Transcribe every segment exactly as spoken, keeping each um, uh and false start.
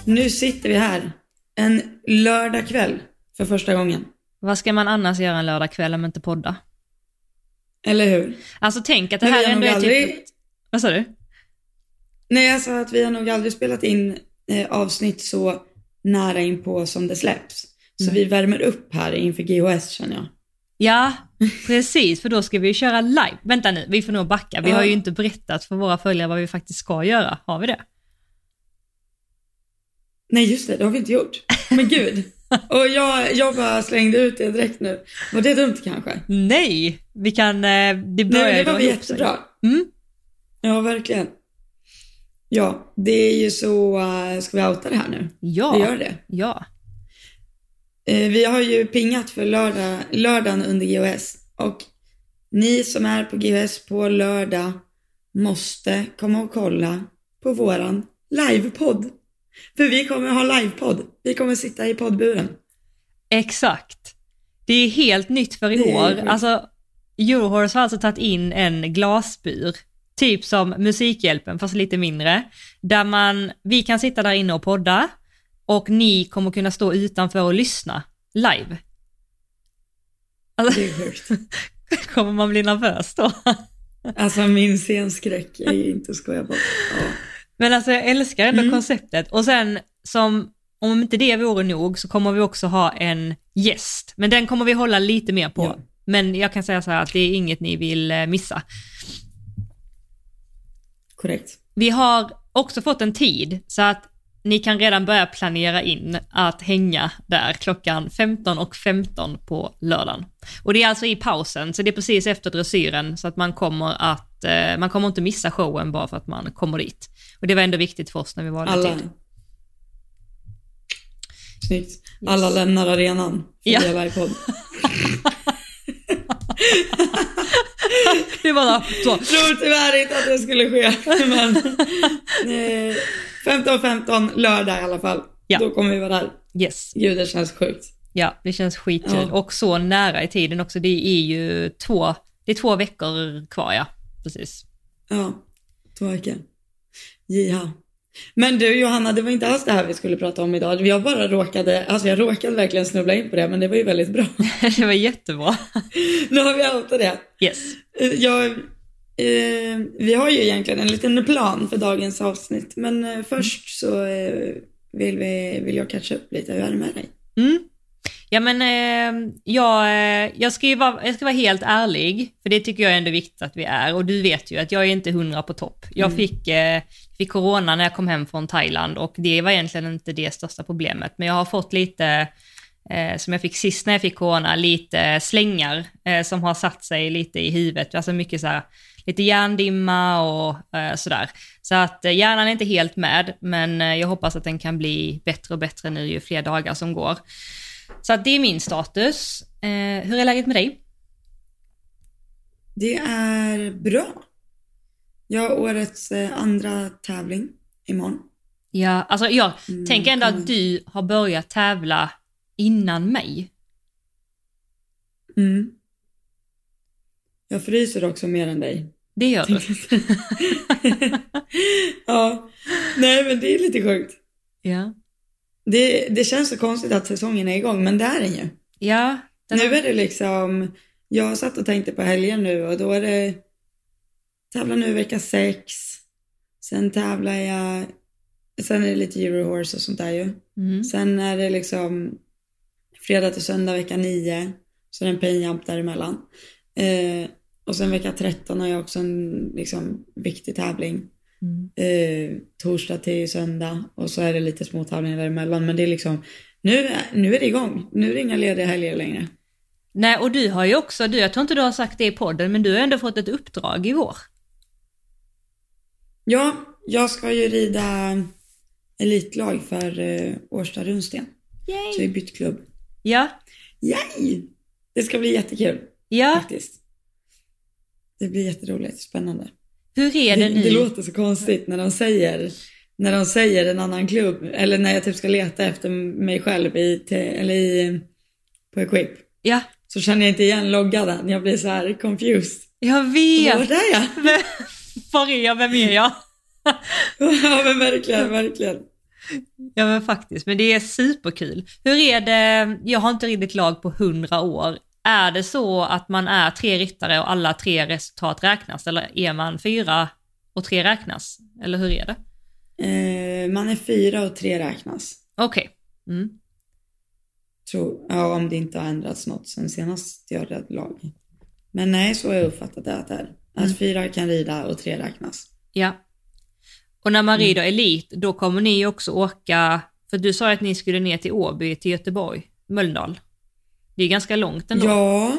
Nu sitter vi här en lördagkväll för första gången. Vad ska man annars göra en lördagkväll om inte podda? Eller hur? Alltså tänk att det här ändå är aldrig... typ... Vad sa du? Nej, jag sa att vi har nog aldrig spelat in eh, avsnitt så nära in på som det släpps. Så mm. vi värmer upp här inför G H S, känner jag. Ja, precis, för då ska vi köra live. Vänta nu, vi får nog backa. Vi ja. har ju inte berättat för våra följare vad vi faktiskt ska göra. Har vi det? Nej, just det, det har vi inte gjort. Men gud. Och jag, jag bara slängde ut det direkt nu. Var det dumt kanske? Nej, vi kan... Det, Nej, det var jättebra. Mm? Ja, verkligen. Ja, det är ju så... Uh, ska vi outa det här nu? Ja. Vi gör det. Ja. Uh, vi har ju pingat för lördag, lördagen under G H S. Och ni som är på G H S på lördag måste komma och kolla på våran livepodd. För vi kommer ha livepodd. Vi kommer sitta i poddburen. Exakt. Det är helt nytt för i år. Alltså, Eurohorse har alltså tagit in en glasbur. Typ som Musikhjälpen, fast lite mindre. Där man, vi kan sitta där inne och podda. Och ni kommer kunna stå utanför och lyssna live. Alltså, det är sjukt. Kommer man bli nervös då? Alltså min scenskräck är ju inte att skoja bort. Ja. Men alltså jag älskar ändå mm. konceptet. Och sen, som om inte det vore nog, så kommer vi också ha en gäst. Men den kommer vi hålla lite mer på. Ja. Men jag kan säga så här att det är inget ni vill missa. Korrekt. Vi har också fått en tid så att ni kan redan börja planera in att hänga där klockan femton och femton på lördagen. Och det är alltså i pausen, så det är precis efter dressyren, så att man kommer att eh, man kommer inte missa showen bara för att man kommer dit. Och det var ändå viktigt för oss när vi valde Alla. tid. Snyggt. Yes. Alla lämnar arenan för ja. det livepodd. Det var då. Så. Tror tyvärr inte att det skulle ske. Men eh, femton femton lördag i alla fall. Ja. Då kommer vi vara där. Yes. Gud, det känns sjukt. Ja, det känns skitkul. Ja. Och så nära i tiden också. Det är ju två, det är två veckor kvar, ja. Precis. Ja, två veckor. Jiha. Men du Johanna, det var inte alls det här vi skulle prata om idag. Jag bara råkade, alltså jag råkade verkligen snubbla in på det, men det var ju väldigt bra. Det var jättebra. Nu har vi outat det. Yes. Jag, eh, vi har ju egentligen en liten plan för dagens avsnitt, men eh, först så eh, vill, vi, vill jag catcha upp lite. Hur är det med dig? Mm. Ja, men eh, jag, jag, ska ju vara, jag ska vara helt ärlig, för det tycker jag är ändå viktigt att vi är. Och du vet ju att jag är inte hundra på topp. Jag mm. fick, eh, fick corona när jag kom hem från Thailand, och det var egentligen inte det största problemet. Men jag har fått lite, eh, som jag fick sist när jag fick corona, lite slängar eh, som har satt sig lite i huvudet. Alltså mycket så här, lite hjärndimma och eh, sådär. Så att eh, hjärnan är inte helt med, men eh, jag hoppas att den kan bli bättre och bättre nu ju fler dagar som går. Så att det är min status. Eh, hur är läget med dig? Det är bra. Jag har årets eh, andra tävling imorgon. Ja, alltså jag mm, tänker ändå att du har börjat tävla innan mig. Mm. Jag fryser också mer än dig. Det gör du. Ja, nej men det är lite sjukt. Ja. Det, det känns så konstigt att säsongen är igång, men det är den ju. Ja. Den nu är det liksom, jag satt och tänkte på helgen nu, och då är det tävlar nu vecka sex, sen tävlar jag, sen är det lite Eurohorse och sånt där ju. Mm. Sen är det liksom fredag till söndag vecka nio, så är det en painjump däremellan. Eh, och sen vecka tretton har jag också en liksom viktig tävling. Mm. Eh, torsdag till söndag, och så är det lite små tävlingar däremellan, men det är liksom nu, nu är det igång, nu är det inga lediga helger längre. Nej, och du har ju också, du, jag tror inte du har sagt det i podden, men du har ändå fått ett uppdrag i vår. Ja, jag ska ju rida elitlag för eh, Årsta Runsten. Yay. Så jag är bytt klubb. Ja. Yay! Det ska bli jättekul. Ja. Faktiskt. Det blir jätteroligt, spännande. Hur är det, det nu? Det låter så konstigt när de säger när de säger en annan klubb, eller när jag typ ska leta efter mig själv i eller i på Equip. Ja. Så känner jag inte igen loggaden. Jag blir så här confused. Jag vet. Var är jag? Var är jag? Vem är jag? Ja, men verkligen, verkligen. Ja men faktiskt, men det är superkul. Hur är det, jag har inte ridit lag på hundra år. Är det så att man är tre ryttare och alla tre resultat räknas? Eller är man fyra och tre räknas? Eller hur är det? Eh, man är fyra och tre räknas. Okej. Okay. Mm. Tror, ja, om det inte har ändrats något sen senast jag red lag. Men nej, så har jag uppfattat det att det är. Att mm. fyra kan rida och tre räknas. Ja. Och när man rider elit, då kommer ni också åka, för du sa att ni skulle ner till Åby, till Göteborg, Mölndal. Det är ganska långt ändå. Ja.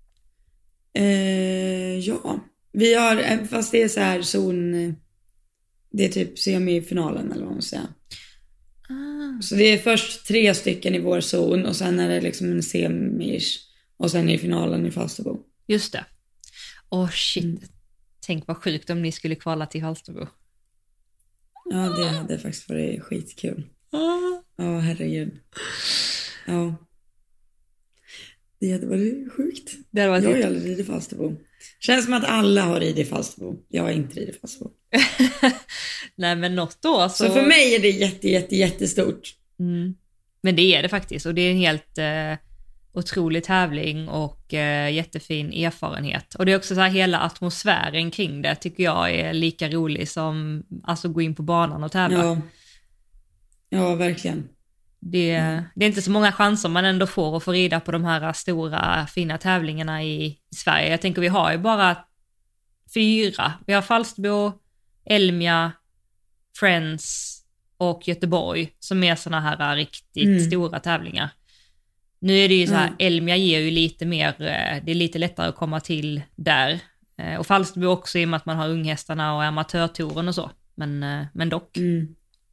Eh, ja. Vi har, fast det är så här zon, det är typ semifinalen eller vad man säger. Ah. Så det är först tre stycken i vår zon och sen är det liksom en semish och sen är finalen i Falsterbo. Just det. Åh shit. Mm. Tänk vad sjukt om ni skulle kvala till Falsterbo. Ja, det hade faktiskt varit skitkul. Ja, oh, herregud. Ja. Det hade varit sjukt. Det hade varit jag har ju aldrig ridit Falsterbo. Känns som att alla har ridit Falsterbo. Jag har inte ridit Falsterbo. Nej, men något då så... Så för mig är det jätte, jätte, jättestort. Mm. Men det är det faktiskt. Och det är en helt eh, otrolig tävling och eh, jättefin erfarenhet. Och det är också så här, hela atmosfären kring det tycker jag är lika rolig som alltså gå in på banan och tävla. Ja, ja verkligen. Det, mm. det är inte så många chanser man ändå får att få rida på de här stora fina tävlingarna i, i Sverige. Jag tänker vi har ju bara fyra. Vi har Falsterbo, Elmia, Friends och Göteborg som är såna här riktigt mm. stora tävlingar. Nu är det ju så här, mm. Elmia ger ju lite mer, det är lite lättare att komma till där. Och Falsterbo också i och med att man har unghästarna och amatörtouren och så. Men, men dock. Mm.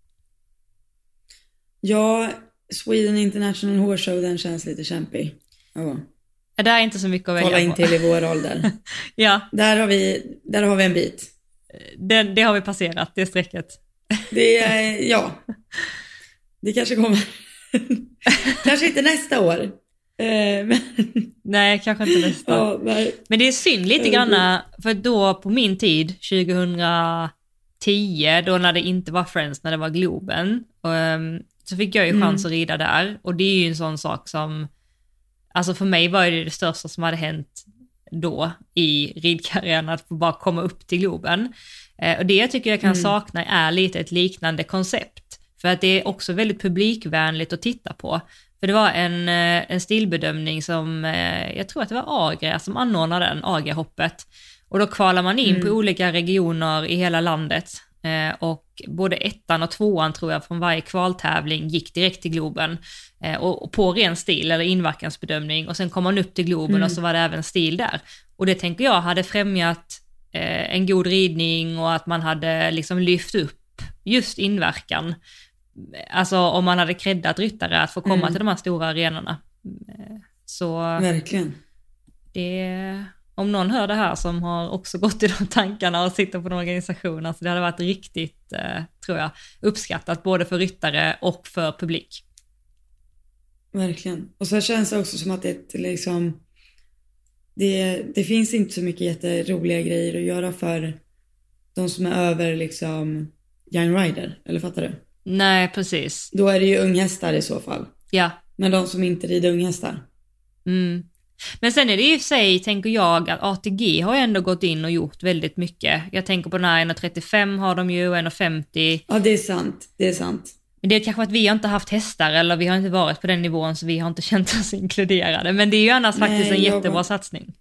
Ja, Sweden International Horse Show, den känns lite kämpig. Oh. Det är inte så mycket att välja Kolla in på. till i vår ålder. Ja. Där har vi, där har vi en bit. Det, det har vi passerat, det strecket. Det är, ja. Det kanske kommer. Kanske inte nästa år. Men... Nej, kanske inte nästa. Ja, nej. Men det är synd lite grann, för då på min tid, tjugohundratio, då när det inte var Friends, när det var Globen, så fick jag ju chans mm. att rida där. Och det är ju en sån sak som, alltså för mig var det det största som hade hänt då i ridkarriären, att få bara komma upp till Globen. Eh, och det jag tycker jag kan mm. sakna är lite ett liknande koncept. För att det är också väldigt publikvänligt att titta på. För det var en, en stilbedömning som, eh, jag tror att det var Agria som anordnade den, Agria-hoppet. Och då kvalar man in mm. på olika regioner i hela landet. Eh, och både ettan och tvåan tror jag från varje kvaltävling gick direkt till Globen. Eh, och, och på ren stil eller inverkansbedömning. Och sen kom man upp till Globen mm. och så var det även stil där. Och det tänker jag hade främjat eh, en god ridning och att man hade liksom lyft upp just inverkan. Alltså om man hade creddat ryttare att få komma mm. till de här stora arenorna. Eh, så verkligen. Det... Om någon hör det här som har också gått i de tankarna och sitter på en organisation, alltså det hade varit riktigt, eh, tror jag, uppskattat både för ryttare och för publik. Verkligen. Och så känns det också som att det liksom, det, det finns inte så mycket jätteroliga grejer att göra för de som är över liksom young rider, eller fattar du? Nej, precis. Då är det ju unghästar i så fall. Ja. Men de som inte rider unghästar. Mm. Men sen är det i sig, tänker jag, att A T G har ju ändå gått in och gjort väldigt mycket. Jag tänker på den här en trettiofem har de ju, en femtio. Ja, det är sant. Det är sant. Men det är kanske att vi har inte haft hästar eller vi har inte varit på den nivån så vi har inte känt oss inkluderade. Men det är ju annars Nej, faktiskt en jättebra var... satsning.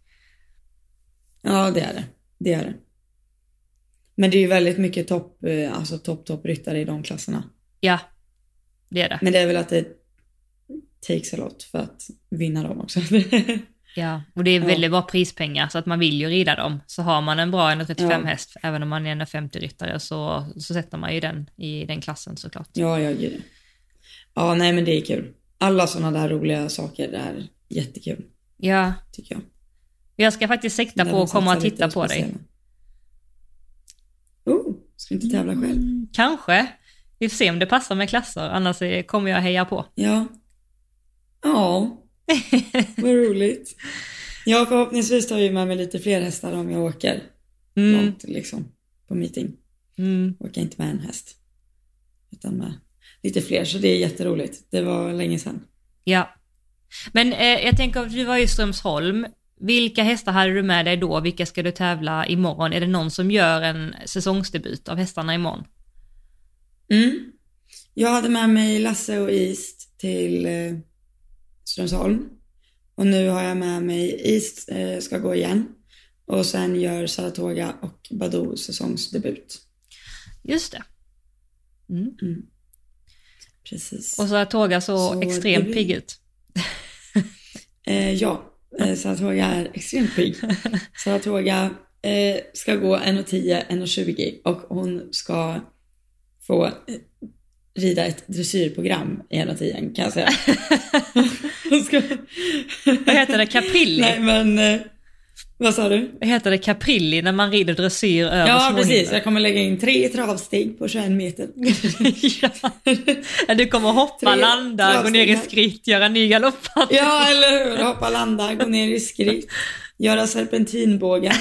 Ja, det är det. Det är det. Men det är ju väldigt mycket topp, alltså topp, topp ryttare i de klasserna. Ja, det är det. Men det är väl att det takes a lot för att vinna dem också. Ja, och det är väldigt ja. bra prispengar så att man vill ju rida dem. Så har man en bra en trettiofem ja. häst, även om man är en femtio ryttare, så, så sätter man ju den i den klassen såklart. Ja, jag gör det. Ja, nej men det är kul. Alla sådana där roliga saker är jättekul. Ja. Tycker jag. Jag ska faktiskt sikta på att komma och titta på dig. Oh, ska du inte tävla själv? Mm, kanske. Vi får se om det passar med klasser, annars kommer jag heja på. Ja. Ja, vad roligt. Ja, förhoppningsvis tar jag med mig lite fler hästar om jag åker mm. långt liksom, på meeting. Mm. Åker inte med en häst. Utan med. lite fler, så det är jätteroligt. Det var länge sedan. Ja. Men eh, jag tänker att du var i Strömsholm. Vilka hästar hade du med dig då? Vilka ska du tävla imorgon? Är det någon som gör en säsongsdebut av hästarna imorgon? Mm. Jag hade med mig Lasse och East till eh, Strömsholm. Och nu har jag med mig East eh, ska gå igen. Och sen gör Saratoga och Badou säsongsdebut. Just det. Mm. Mm. Precis. Och Saratoga så, så extremt blir... pigg ut. eh, ja, eh, Saratoga är extremt pigg. Saratoga eh, ska gå en tio, en tjugo och hon ska få eh, rida ett dressyrprogram i en tio, kan jag säga. ska... Vad heter det? Caprilli? Nej, men... Eh, vad sa du? Vad heter det? Caprilli när man rider dressyr över ja, småhinder? Ja, precis. Jag kommer lägga in tre travsteg på tjugoen meter. ja. Du kommer hoppa, tre landa, gå ner i skritt, göra ny galoppad. Ja, eller hur? Hoppa, landa, gå ner i skritt, göra serpentinbågar.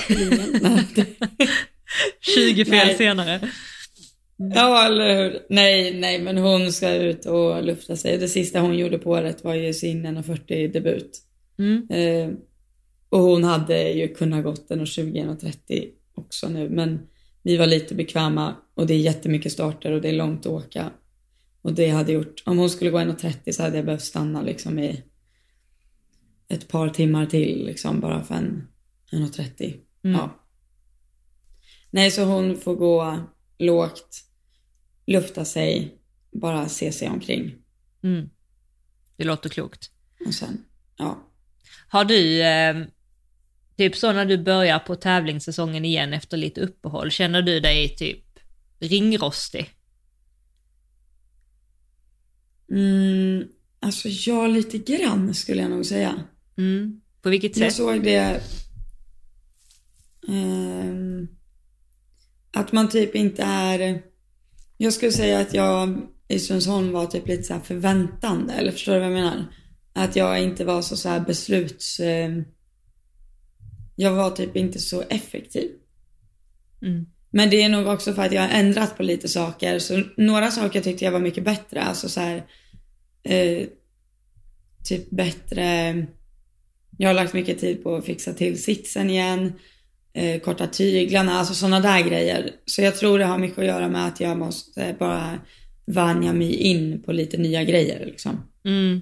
tjugo fel nej. Senare. Ja, eller hur? Nej, nej, men hon ska ut och lufta sig. Det sista hon gjorde på året var ju sin en fyrtio debut. Mm. Eh, och hon hade ju kunnat gått en tjugo, en trettio också nu. Men vi var lite bekväma och det är jättemycket starter och det är långt att åka. Och det hade gjort, om hon skulle gå en trettio så hade jag behövt stanna liksom i ett par timmar till liksom bara för en en trettio. Mm. Ja. Nej, så hon får gå lågt, lufta sig, bara se sig omkring. Mm. Det låter klokt. Och sen, ja. Har du, eh, typ så när du börjar på tävlingssäsongen igen efter lite uppehåll, känner du dig typ ringrostig? Mm, alltså jag lite grann skulle jag nog säga. Mm. På vilket sätt? Jag såg det eh, att man typ inte är, jag skulle säga att jag i Strömsholm var typ lite så här förväntande, eller förstår du vad jag menar? Att jag inte var så, så här besluts eh, jag var typ inte så effektiv. Mm. Men det är nog också för att jag har ändrat på lite saker. Så några saker tyckte jag var mycket bättre. Alltså så här eh, typ bättre. Jag har lagt mycket tid på att fixa till sitsen igen. Eh, korta tyglarna, alltså sådana där grejer. Så jag tror det har mycket att göra med att jag måste bara vanja mig in på lite nya grejer liksom. Mm.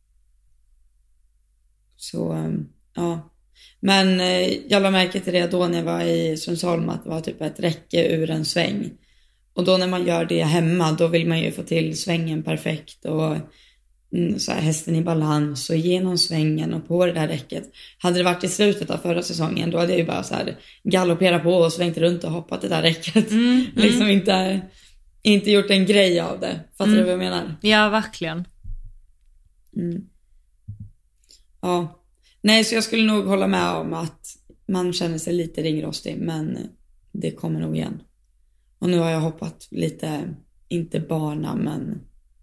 Så ja. Men eh, jag la märke till det då när jag var i Strömsholm, att det var typ ett räcke ur en sväng. Och då när man gör det hemma, då vill man ju få till svängen perfekt och mm, så här, hästen i balans och genom svängen och på det där räcket. Hade det varit i slutet av förra säsongen, då hade jag ju bara så här galopperat på och svängt runt och hoppat det där räcket. Mm, mm. liksom inte, inte gjort en grej av det. Fattar mm. du vad jag menar? Ja, verkligen. Mm. Ja. Nej, så jag skulle nog hålla med om att man känner sig lite ringrostig, men det kommer nog igen. Och nu har jag hoppat lite, inte bana, men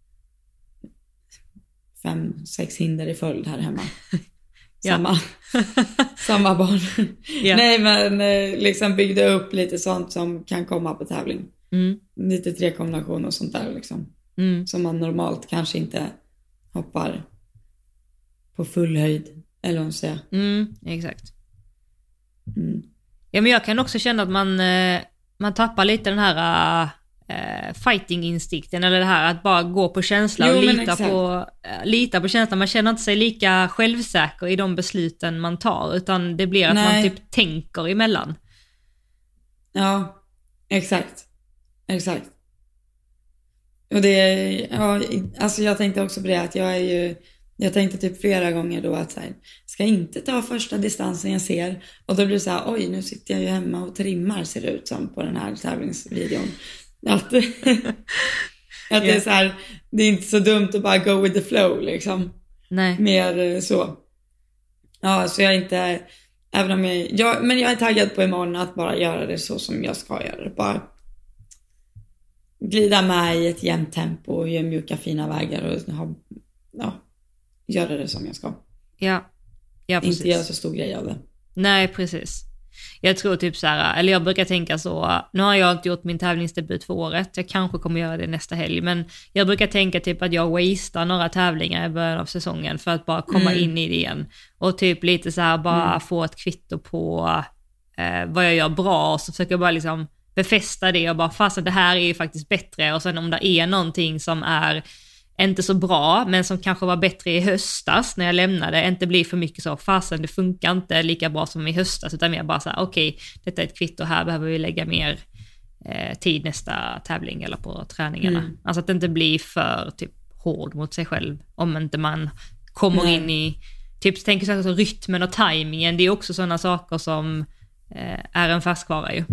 fem, sex hinder i följd här hemma. Samma, samma barn. Yeah. Nej, men liksom byggde upp lite sånt som kan komma på tävling. Mm. Lite trekombination och sånt där liksom. Mm. Som man normalt kanske inte hoppar på full höjd. Eller vad man säger. Mm, exakt. Mm. Ja, men jag kan också känna att man, man tappar lite den här uh, fighting-instinkten, eller det här att bara gå på känsla jo, och lita på, uh, lita på känslan. Man känner inte sig lika självsäker i de besluten man tar, utan det blir att Nej. man typ tänker emellan. Ja, exakt. Exakt. Och det är, ja, alltså jag tänkte också på det att jag är ju Jag tänkte typ flera gånger då att så här, ska inte ta första distansen jag ser. Och då blir det så här, oj, nu sitter jag ju hemma och trimmar, ser det ut som på den här tävlingsvideon. Att, att yeah. det är så här, det är inte så dumt att bara go with the flow liksom. Nej. Mer så. Ja, så jag är inte, även om jag, jag, men jag är taggad på imorgon att bara göra det så som jag ska göra det. Bara glida med i ett jämnt tempo och göra mjuka fina vägar och ha, ja, göra det som jag ska. Ja, ja precis. Inte göra så stor grej av det. Nej, precis. Jag tror typ så här, eller jag brukar tänka så, nu har jag inte gjort min tävlingsdebut för året, jag kanske kommer göra det nästa helg, men jag brukar tänka typ att jag wastear några tävlingar i början av säsongen för att bara komma Mm. in i det igen. Och typ lite så här bara Mm. få ett kvitto på eh, vad jag gör bra, och så försöker jag bara liksom befästa det och bara fast det här är ju faktiskt bättre, och sen om det är någonting som är inte så bra, men som kanske var bättre i höstas när jag lämnade, inte blir för mycket så, fasen det funkar inte lika bra som i höstas, utan mer bara så här, okej, okay, detta är ett kvitto, här behöver vi lägga mer eh, tid nästa tävling eller på träningarna. Mm. Alltså att det inte blir för typ hård mot sig själv, om inte man kommer mm. in i, typ tänker så här, rytmen och tajmingen, det är också sådana saker som eh, är en färskvara ju.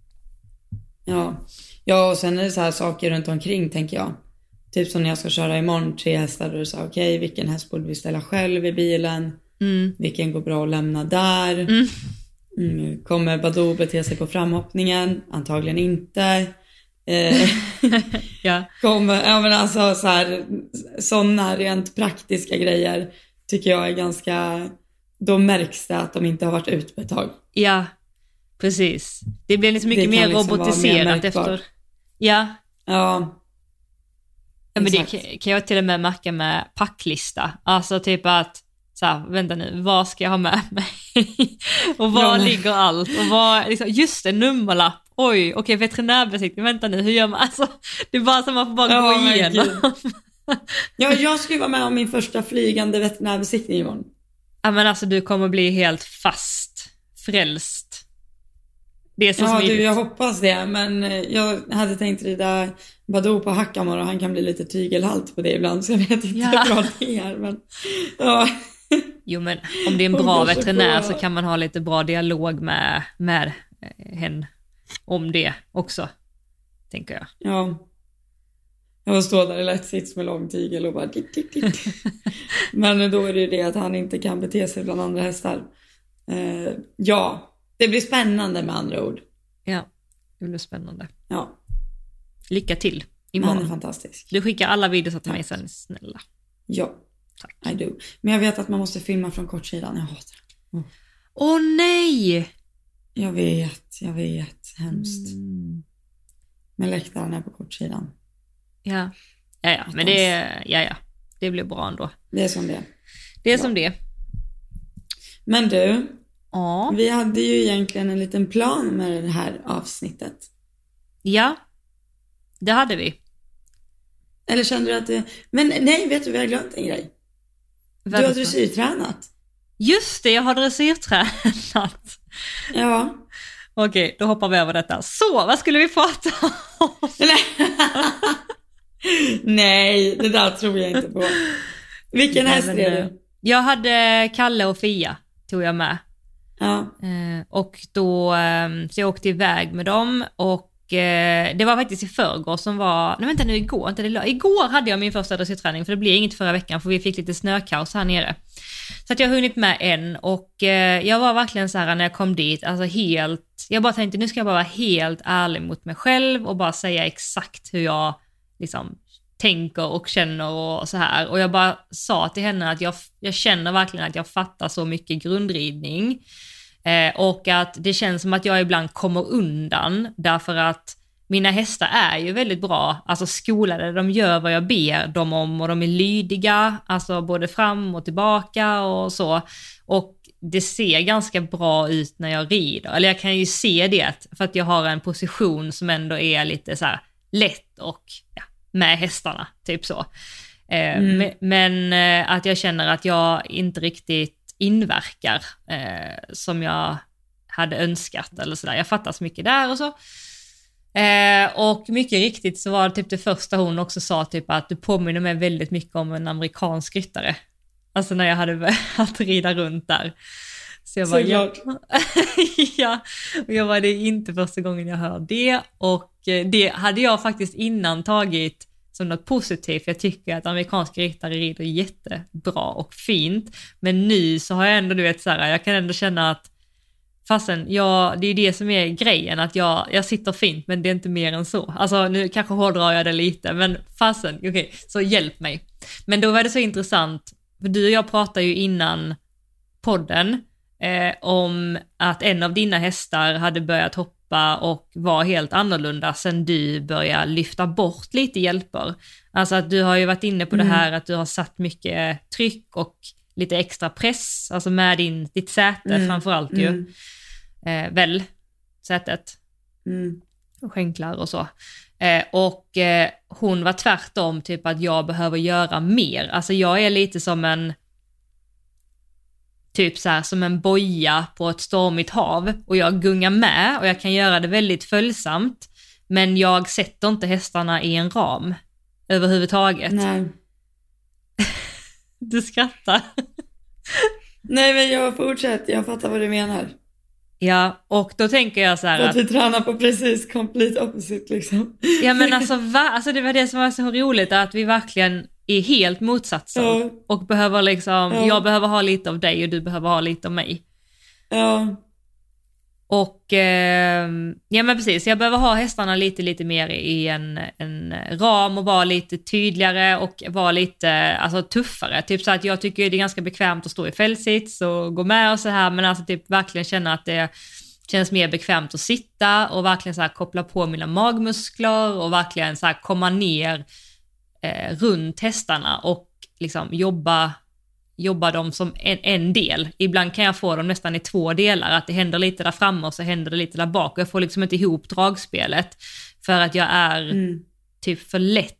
Ja. Ja, och sen är det så här saker runt omkring, tänker jag. Typ som när jag ska köra imorgon tre hästar, och du sa okej, okay, vilken häst borde vi ställa själv i bilen? Mm. Vilken går bra att lämna där? Mm. Mm. Kommer Badou bete sig på framhoppningen? Antagligen inte. Eh, ja. Kommer, ja men alltså så här, sådana rent praktiska grejer tycker jag är ganska, då märks det att de inte har varit ute på ett tag. Ja, precis. Det blir liksom mycket mer liksom robotiserat mer efter. Ja. Ja. Ja, men det kan jag till och med märka med packlista. Alltså typ att, så här, vänta nu, vad ska jag ha med mig? Och var ja. ligger allt? Och vad, liksom, just det, nummerlapp. Oj, okej, okay, veterinärbesiktning, vänta nu, hur gör man? Alltså, det är bara som man får bara ja, gå igenom. Ja, jag ska ju vara med om min första flygande veterinärbesiktning imorgon. Ja, men alltså du kommer bli helt fast, frälst. Det är så ja, smidigt. Du, jag hoppas det, men jag hade tänkt rida Badou på Hackamore, och han kan bli lite tygelhalt på det ibland, så jag vet inte ja. hur bra det är. Men, ja. Jo, men om det är en bra veterinär så kan man ha lite bra dialog med, med henne om det också, tänker jag. Ja. Jag var stå där i lätt sits med lång tygel och bara ditt, ditt, ditt. Men då är det ju det att han inte kan bete sig bland andra hästar. Uh, ja, det blir spännande med andra ord. Ja, det blir spännande. Ja. Lycka till imorgon. Han är fantastisk. Du skickar alla videos till mig sen, snälla. Ja, tack. I do. Men jag vet att man måste filma från kortsidan. Jag hatar det. Åh mm. oh, nej! Jag vet, jag vet. Hemskt. Mm. Men läktaren är på kortsidan. Ja, ja, ja. Men det, är, ja, ja. det blir bra ändå. Det är som det. Det är ja. som det. Men du, ja. vi hade ju egentligen en liten plan med det här avsnittet. Ja, det hade vi. Eller kände du att det... Men nej, vet du, vi har glömt en grej. Vad du har dressyrtränat. Just det, jag har dressyrtränat. Ja. Okej, då hoppar vi över detta. Så, vad skulle vi prata om? Nej, det där tror jag inte på. Vilken Nej, häst men, är du? Jag hade Kalle och Fia, tog jag med. Ja. Eh, och då, eh, så jag åkte iväg med dem, och eh, det var faktiskt i förrgår som var, nej vänta nu, igår, inte det, igår hade jag min första dressyrträning, för det blev inget förra veckan, för vi fick lite snökaos här nere. Så att jag har hunnit med en, och eh, jag var verkligen så här när jag kom dit, alltså helt, jag bara tänkte nu ska jag bara vara helt ärlig mot mig själv och bara säga exakt hur jag liksom tänker och känner och så här. Och jag bara sa till henne att jag, jag känner verkligen att jag fattar så mycket grundridning, eh, och att det känns som att jag ibland kommer undan, därför att mina hästar är ju väldigt bra, alltså skolade, de gör vad jag ber dem om, och de är lydiga, alltså både fram och tillbaka och så, och det ser ganska bra ut när jag rider, eller jag kan ju se det för att jag har en position som ändå är lite så här lätt och ja, med hästarna, typ så. Mm. Eh, men eh, att jag känner att jag inte riktigt inverkar eh, som jag hade önskat eller sådär. Jag fattar så mycket där och så. Eh, och mycket riktigt så var det typ det första hon också sa, typ att du påminner mig väldigt mycket om en amerikansk ryttare. Alltså när jag hade börjat rida runt där. Så jag bara, ja, ja, och jag var det inte första gången jag hör det, och det hade jag faktiskt innan tagit som något positivt. Jag tycker att amerikanska ryttare rider jättebra och fint, men nu så har jag ändå, du vet så här, jag kan ändå känna att fastän jag, det är det som är grejen, att jag, jag sitter fint, men det är inte mer än så. Alltså nu kanske hårdrar jag det lite, men fastän, okej, okay, så hjälp mig. Men då var det så intressant, för du och jag pratade ju innan podden eh, om att en av dina hästar hade börjat hoppa och var helt annorlunda sen du började lyfta bort lite hjälper. Alltså att du har ju varit inne på mm. det här att du har satt mycket tryck och lite extra press, alltså med din, ditt säte mm. framförallt ju. Mm. Eh, väl, sätet. Mm. Och skänklar och så. Eh, och eh, hon var tvärtom, typ att jag behöver göra mer. Alltså jag är lite som en typ så här, som en boja på ett stormigt hav, och jag gungar med och jag kan göra det väldigt följsamt, men jag sätter inte hästarna i en ram överhuvudtaget. Nej. Du skrattar. Nej, men jag fortsätter, jag fattar vad du menar. Ja, och då tänker jag så här att... att vi tränar på precis complete opposite liksom. Ja, men alltså, va? Alltså det var det som var så roligt, att vi verkligen är helt motsatser. Ja. Och behöver liksom, ja. jag behöver ha lite av dig och du behöver ha lite av mig. Ja. Och eh, ja, men precis, jag behöver ha hästarna lite lite mer i en, en ram och vara lite tydligare och vara lite alltså, tuffare. Typ så att jag tycker det är ganska bekvämt att stå i fällsits och gå med och så här, men alltså typ verkligen känna att det känns mer bekvämt att sitta och verkligen så här koppla på mina magmuskler och verkligen så här komma ner eh, runt hästarna och liksom jobba jobba dem som en, en del. Ibland kan jag få dem nästan i två delar, att det händer lite där framme och så händer det lite där bak, och jag får liksom inte ihop dragspelet för att jag är mm. typ för lätt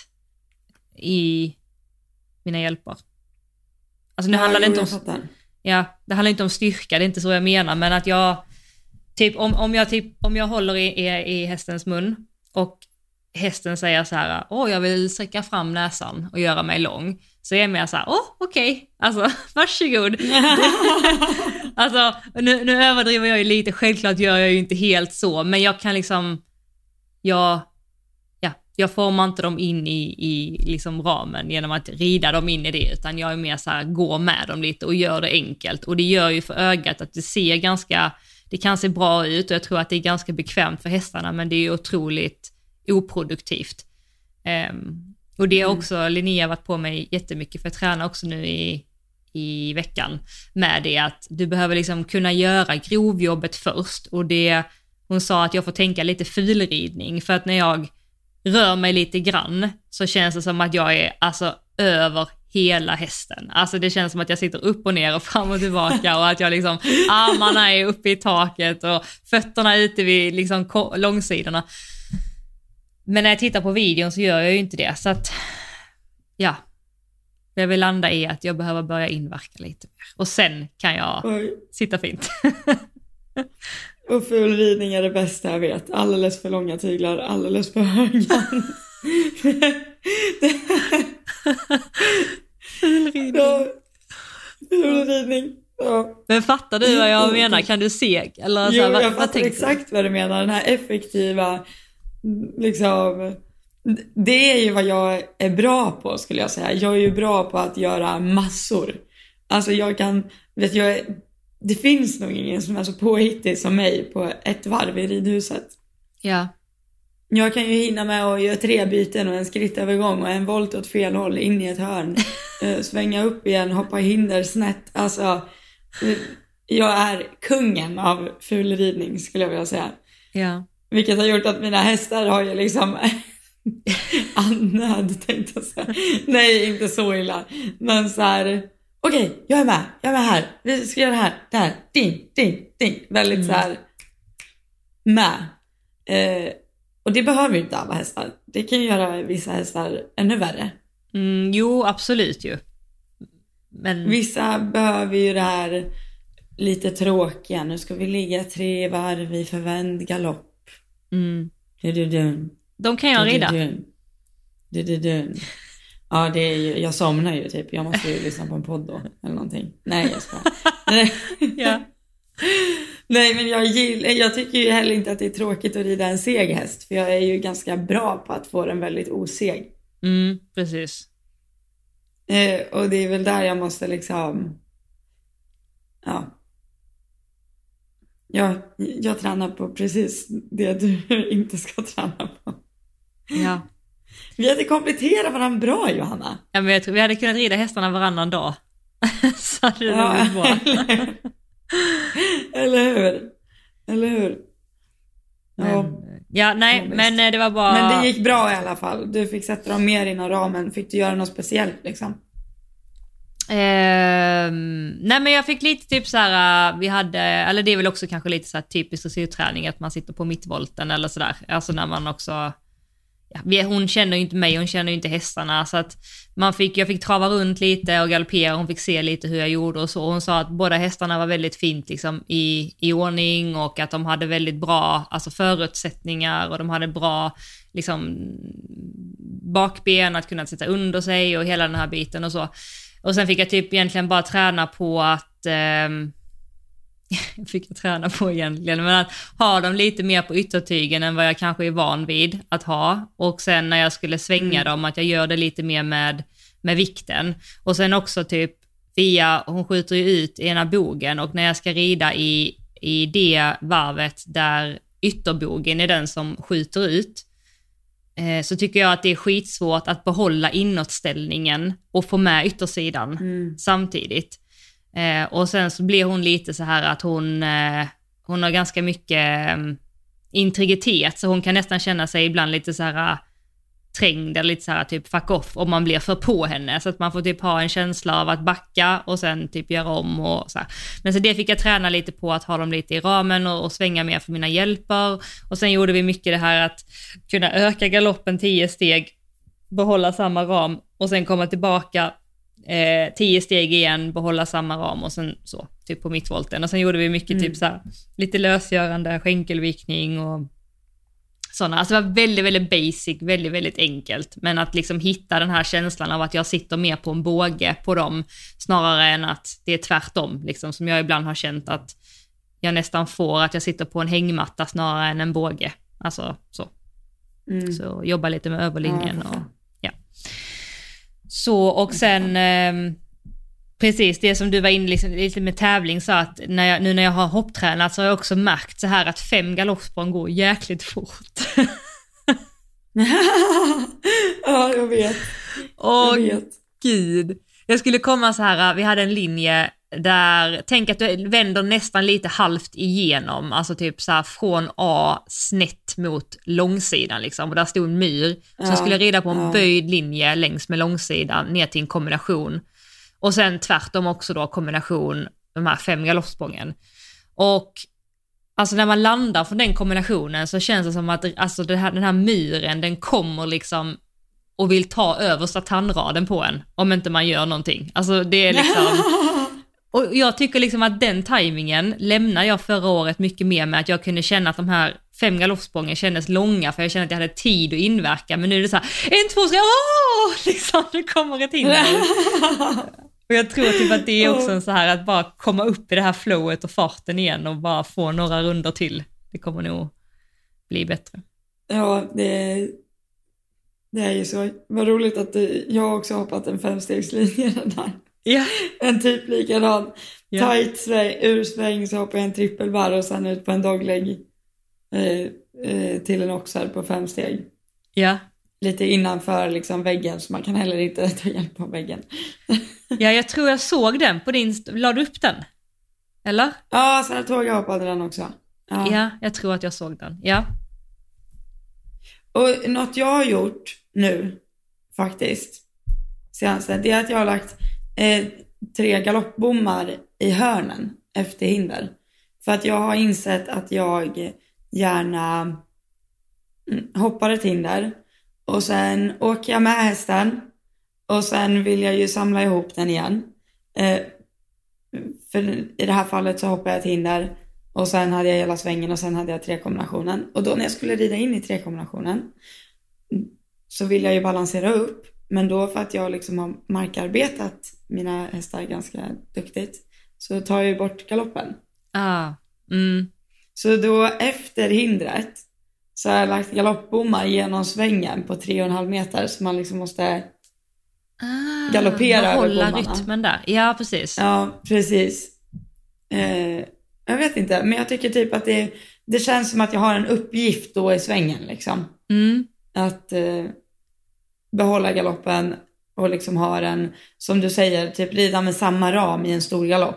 i mina hjälper. Alltså nu ja, handlar det inte om ja, det handlar inte om styrka, det är inte så jag menar, men att jag typ om, om jag typ om jag håller i, i, i hästens mun och hästen säger så här: åh, jag vill sträcka fram näsan och göra mig lång, så är jag mer så här: åh, okej, okay. Alltså, varsågod. Alltså, nu, nu överdriver jag ju lite, självklart gör jag ju inte helt så, men jag kan liksom, jag, ja, jag formar inte dem in i, i liksom ramen genom att rida dem in i det, utan jag är mer så här, gå med dem lite och gör det enkelt, och det gör ju för ögat att det ser ganska, det kan se bra ut, och jag tror att det är ganska bekvämt för hästarna, men det är ju otroligt oproduktivt. Um, och det har också mm. Linnea varit på mig jättemycket, för jag tränar också nu i, i veckan med det, att du behöver liksom kunna göra grovjobbet först, och det, hon sa att jag får tänka lite fulridning, för att när jag rör mig lite grann så känns det som att jag är alltså över hela hästen. Alltså det känns som att jag sitter upp och ner och fram och tillbaka, och att jag liksom, armarna är uppe i taket och fötterna ute vid liksom långsidorna. Men när jag tittar på videon så gör jag ju inte det. Så att, ja. Det jag vill landa i att jag behöver börja inverka lite mer. Och sen kan jag Oj. sitta fint. Och fulridning är det bästa jag vet. Alldeles för långa tyglar, alldeles för höga. Fulridning. Ja, fulridning. Ja. Men fattar du vad jag menar? Kan du se? Eller så jo, här, vad, jag fattar vad exakt vad du menar. Den här effektiva... liksom, det är ju vad jag är bra på, skulle jag säga. Jag är ju bra på att göra massor. Alltså jag kan, vet jag, det finns nog ingen som är så påhittig som mig på ett varv i ridhuset. Ja. Jag kan ju hinna med att göra tre byten och en skrittövergång och en volt åt fel håll in i ett hörn. Svänga upp igen, hoppa hinder snett. Alltså, jag är kungen av fulridning, skulle jag vilja säga. Ja. Vilket har gjort att mina hästar har ju liksom annad, tänkte jag säga. Nej, inte så illa. Men så här, okej, okay, jag är med, jag är med här. Vi ska göra det här, det här, ding, ding, ding. Väldigt mm. så här med. Eh, och det behöver ju inte alla hästar. Det kan ju göra vissa hästar ännu värre. Mm, jo, absolut ju. Men... Vissa behöver ju det här lite tråkiga. Nu ska vi ligga tre varv i förvänd galopp. Mm. Du, du, du. De kan jag rida. Du, du, du, du. Ja, det är ju, jag somnar ju typ. Jag måste ju lyssna på en podd då eller någonting. Nej, jag ska. Nej. Ja. Nej, men jag gillar, jag tycker ju heller inte att det är tråkigt att rida en seg häst, för jag är ju ganska bra på att få den väldigt oseg. Mm, precis. Eh, och det är väl där jag måste liksom, ja. Jag, jag tränar på precis det du inte ska träna på. Ja. Vi hade kompletterat varandra bra, Johanna. Ja, men jag tror vi hade kunnat rida hästarna varannan dag. Så hade det ja, nog bra. Eller hur? Eller hur? Ja. Men, ja, nej, ja, men det var bara... Men det gick bra i alla fall. Du fick sätta dem mer inom ramen. Fick du göra något speciellt liksom? Eh, nej men jag fick lite typ så här, vi hade, eller det är väl också kanske lite så här typiskt dressyrträning att man sitter på mittvolten eller sådär. Alltså när man också... Ja, hon känner ju inte mig, hon känner ju inte hästarna, så att man fick, jag fick trava runt lite och galoppera, hon fick se lite hur jag gjorde och så. Hon sa att båda hästarna var väldigt fint liksom i, i ordning och att de hade väldigt bra alltså förutsättningar och de hade bra liksom bakben att kunna sätta under sig och hela den här biten och så. Och sen fick jag typ egentligen bara träna på att eh, fick jag träna på egentligen, men att ha dem lite mer på yttertygen än vad jag kanske är van vid att ha. Och sen när jag skulle svänga mm. dem, att jag gör det lite mer med, med vikten. Och sen också typ, Fia, hon skjuter ju ut ena bogen och när jag ska rida i, i det varvet där ytterbogen är den som skjuter ut, eh, så tycker jag att det är skitsvårt att behålla inåtställningen och få med yttersidan mm. samtidigt. Eh, och sen så blir hon lite så här att hon, eh, hon har ganska mycket eh, integritet, så hon kan nästan känna sig ibland lite så här uh, trängd eller lite så här typ fuck off om man blir för på henne, så att man får typ ha en känsla av att backa och sen typ göra om och så här. Men så det fick jag träna lite på, att ha dem lite i ramen och, och svänga mer för mina hjälper. Och sen gjorde vi mycket det här att kunna öka galoppen tio steg, behålla samma ram och sen komma tillbaka Eh, tio steg igen, behålla samma ram och sen så, typ på mittvolten. Och sen gjorde vi mycket mm. typ så här, lite lösgörande, skänkelvickning och sådana. Alltså det var väldigt, väldigt basic, väldigt, väldigt enkelt. Men att liksom hitta den här känslan av att jag sitter mer på en båge på dem, snarare än att det är tvärtom, liksom, som jag ibland har känt att jag nästan får att jag sitter på en hängmatta snarare än en båge. Alltså så. Mm. Så jobba lite med överlinjen och ja. Så, och sen eh, precis det som du var inne liksom, lite med tävling, så att när jag, nu när jag har hopptränat så har jag också märkt så här att fem galoppsprång går jäkligt fort. Ja, jag vet. Åh, jag vet. Gud. Jag skulle komma så här, vi hade en linje där, tänk att du vänder nästan lite halvt igenom, alltså typ så här från A snett mot långsidan liksom, och där stod en myr, så jag skulle rida på en ja. böjd linje längs med långsidan ner till en kombination, och sen tvärtom också då kombination, de här fem galoppsprången. Och alltså när man landar från den kombinationen så känns det som att alltså det här, den här myren, den kommer liksom och vill ta översta tandraden på en om inte man gör någonting. Alltså det är liksom och jag tycker liksom att den tajmingen lämnar jag förra året mycket mer med, att jag kunde känna att de här fem galoppsprången kändes långa för jag kände att jag hade tid att inverka, men nu är det så här, en, två, tre, åh! Liksom, det kommer ett hinder. Och jag tror typ att det är också en så här att bara komma upp i det här flowet och farten igen och bara få några runder till. Det kommer nog bli bättre. Ja, det är, det är ju så. Vad roligt att du, jag har också hoppat en femstegslinje den här. Ja. En typ likadan. Ja. Tight sväng, ur sväng så hoppar jag en trippelbar och sen ut på en dogleg eh, eh, till en oxar på fem steg. Ja. Lite innanför liksom väggen, så man kan heller inte ta hjälp av väggen. Ja, jag tror jag såg den på din... La du upp den? Eller? Ja, så jag tåg jag hoppade den också. Ja. Ja, jag tror att jag såg den. Ja. Och något jag har gjort nu faktiskt senaste, det är att jag har lagt eh, tre galoppbommar i hörnen efter hinder. För att jag har insett att jag gärna mm, hoppar ett hinder och sen åker jag med hästen och sen vill jag ju samla ihop den igen. Eh, för i det här fallet så hoppar jag ett hinder och sen hade jag hela svängen och sen hade jag tre-kombinationen. Och då när jag skulle rida in i tre-kombinationen så vill jag ju balansera upp. Men då för att jag liksom har markarbetat mina hästar ganska duktigt så tar jag ju bort galoppen. Ah, mm. Så då efter hindret så har jag lagt galoppbommar genom svängen på tre och en halv meter, så man liksom måste ah, galoppera över bommarna. Hålla rytmen där, ja precis. Ja, precis. Eh, jag vet inte, men jag tycker typ att det, det känns som att jag har en uppgift då i svängen liksom. Mm. Att eh, behålla galoppen och liksom ha den, som du säger, typ rida med samma ram i en stor galopp.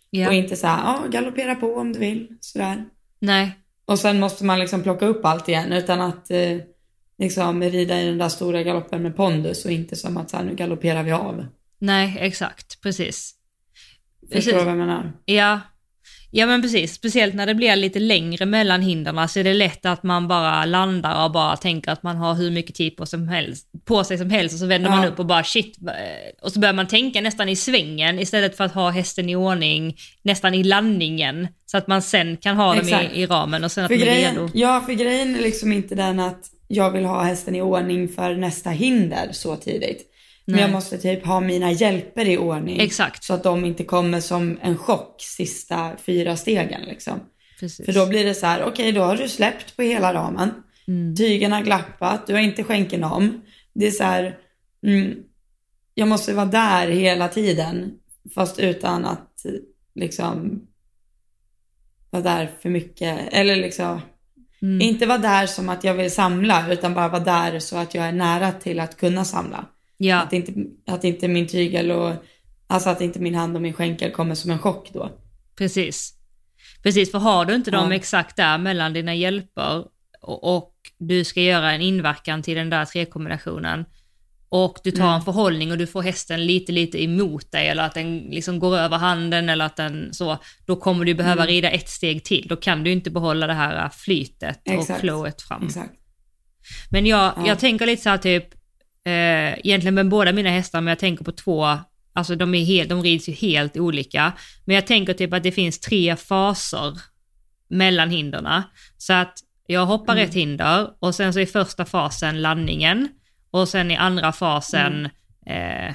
Ja. Och inte så här, ja, galoppera på om du vill, sådär. Nej. Och sen måste man liksom plocka upp allt igen, utan att eh, liksom rida i den där stora galoppen med pondus, och inte som att så här, nu galopperar vi av. Nej, exakt, precis. Förstår du vad jag menar? Ja. Ja, men precis. Speciellt när det blir lite längre mellan hinderna, så är det lätt att man bara landar och bara tänker att man har hur mycket tid på, som helst, på sig som helst, och så vänder Ja. man upp och bara shit. Och så börjar man tänka nästan i svängen istället för att ha hästen i ordning nästan i landningen, så att man sen kan ha dem i, i ramen och sen att för de är grejen, redo. Ja, för grejen är liksom inte den att jag vill ha hästen i ordning för nästa hinder så tidigt. Men Nej. jag måste typ ha mina hjälper i ordning. Exakt. Så att de inte kommer som en chock sista fyra stegen liksom. Precis. För då blir det så här, okej, okay, då har du släppt på hela ramen. Mm. Tygen har glappat, du har inte skänken om. Det är så här, mm, jag måste vara där hela tiden. Fast utan att liksom vara där för mycket. Eller liksom, mm. inte vara där som att jag vill samla, utan bara vara där så att jag är nära till att kunna samla. Ja. Att inte, att inte min tygel och alltså att inte min hand och min skänkel kommer som en chock då. Precis. Precis, för har du inte dem ja. exakt där mellan dina hjälper och, och du ska göra en inverkan till den där trekombinationen och du tar mm. en förhållning och du får hästen lite lite emot dig, eller att den liksom går över handen, eller att den så, då kommer du behöva mm. rida ett steg till. Då kan du inte behålla det här flytet exakt. och flowet fram. Exakt. Men jag, ja. jag tänker lite så här typ eh, egentligen med båda mina hästar, men jag tänker på två. Alltså de, är helt, de rids ju helt olika. Men jag tänker typ att det finns tre faser mellan hinderna. Så att jag hoppar mm. ett hinder och sen så är första fasen landningen. Och sen i andra fasen mm. eh,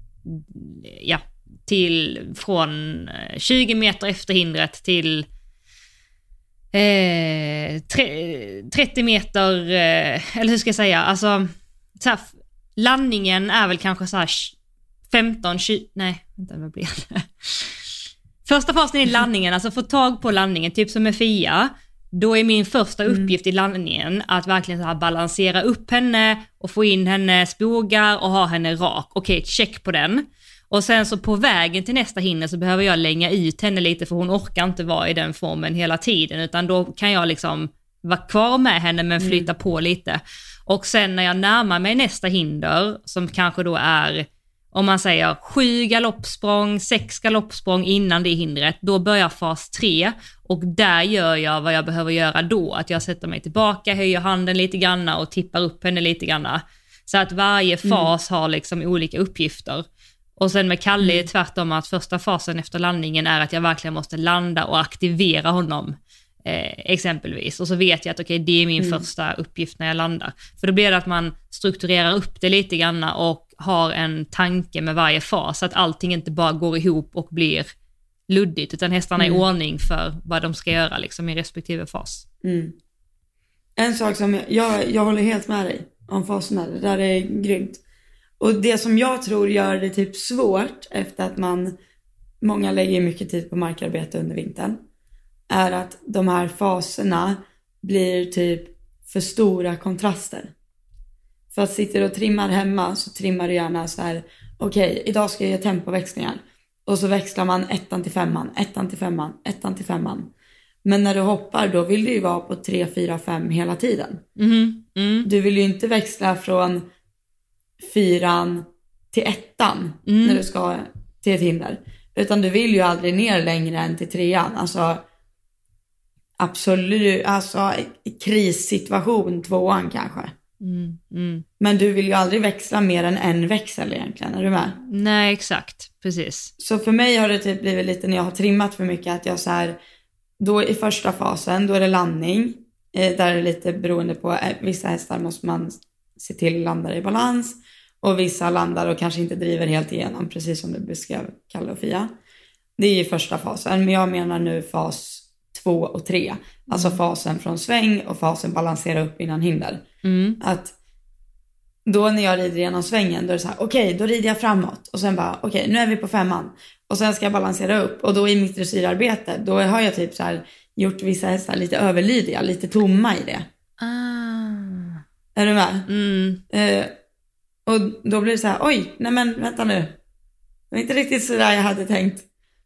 ja, till från tjugo meter efter hindret till eh, trettio meter, eh, eller hur ska jag säga? Alltså så här, landningen är väl kanske så här femton, tjugo, nej, vänta, vad blir det? Första fasen är landningen, alltså få tag på landningen, typ som med Fia. Då är min första uppgift mm. i landningen att verkligen så här balansera upp henne och få in hennes bogar och ha henne rak. Okej, check på den. Och sen så på vägen till nästa hinder så behöver jag länga ut henne lite, för hon orkar inte vara i den formen hela tiden, utan då kan jag liksom vara kvar med henne men flytta mm. på lite. Och sen när jag närmar mig nästa hinder, som kanske då är, om man säger sju galoppsprång, sex galoppsprång innan det hindret, då börjar fas tre och där gör jag vad jag behöver göra då. Att jag sätter mig tillbaka, höjer handen lite grann och tippar upp henne lite grann. Så att varje fas mm. har liksom olika uppgifter. Och sen med Kalle är det tvärtom, att första fasen efter landningen är att jag verkligen måste landa och aktivera honom. Eh, exempelvis. Och så vet jag att okej, okay, det är min mm. första uppgift när jag landar. För då blir det att man strukturerar upp det lite grann och har en tanke med varje fas, så att allting inte bara går ihop och blir luddigt, utan hästarna är mm. i ordning för vad de ska göra liksom i respektive fas. Mm. En sak som jag, jag, jag håller helt med dig om faserna, det där är grymt. Och det som jag tror gör det typ svårt, efter att man, många lägger mycket tid på markarbete under vintern, är att de här faserna blir typ för stora kontraster. För att sitter och trimmar hemma så trimmar du gärna så här, okej, okay, idag ska jag göra tempoväxlingar. Och så växlar man ettan till femman, ettan till femman, ettan till femman. Men när du hoppar, då vill du ju vara på tre, fyra, fem hela tiden. Mm. Mm. Du vill ju inte växla från fyran till ettan mm. när du ska till ett hinder. Utan du vill ju aldrig ner längre än till trean. Alltså absolut, alltså krissituation tvåan kanske. Mm, mm. Men du vill ju aldrig växla mer än en växel egentligen, är du med? Nej, exakt, precis. Så för mig har det typ blivit lite, när jag har trimmat för mycket, att jag så här, då i första fasen, då är det landning. Eh, där är det lite beroende på, eh, vissa hästar måste man se till att landa i balans. Och vissa landar och kanske inte driver helt igenom, precis som du beskrev Kalle och Fia. Det är i första fasen, men jag menar nu fas två och tre. Alltså mm. fasen från sväng och fasen balansera upp innan hinder. Mm. Att då när jag rider genom svängen, då är det så här, okej, okay, då rider jag framåt. Och sen bara, okej, okay, nu är vi på femman. Och sen ska jag balansera upp. Och då i mitt dressyrarbete, då har jag typ så här gjort vissa hästar lite överlydiga, lite tomma i det. Ah. Är du med? Mm. Eh, och då blir det så här, oj, nej men vänta nu. Det var inte riktigt så där jag hade tänkt.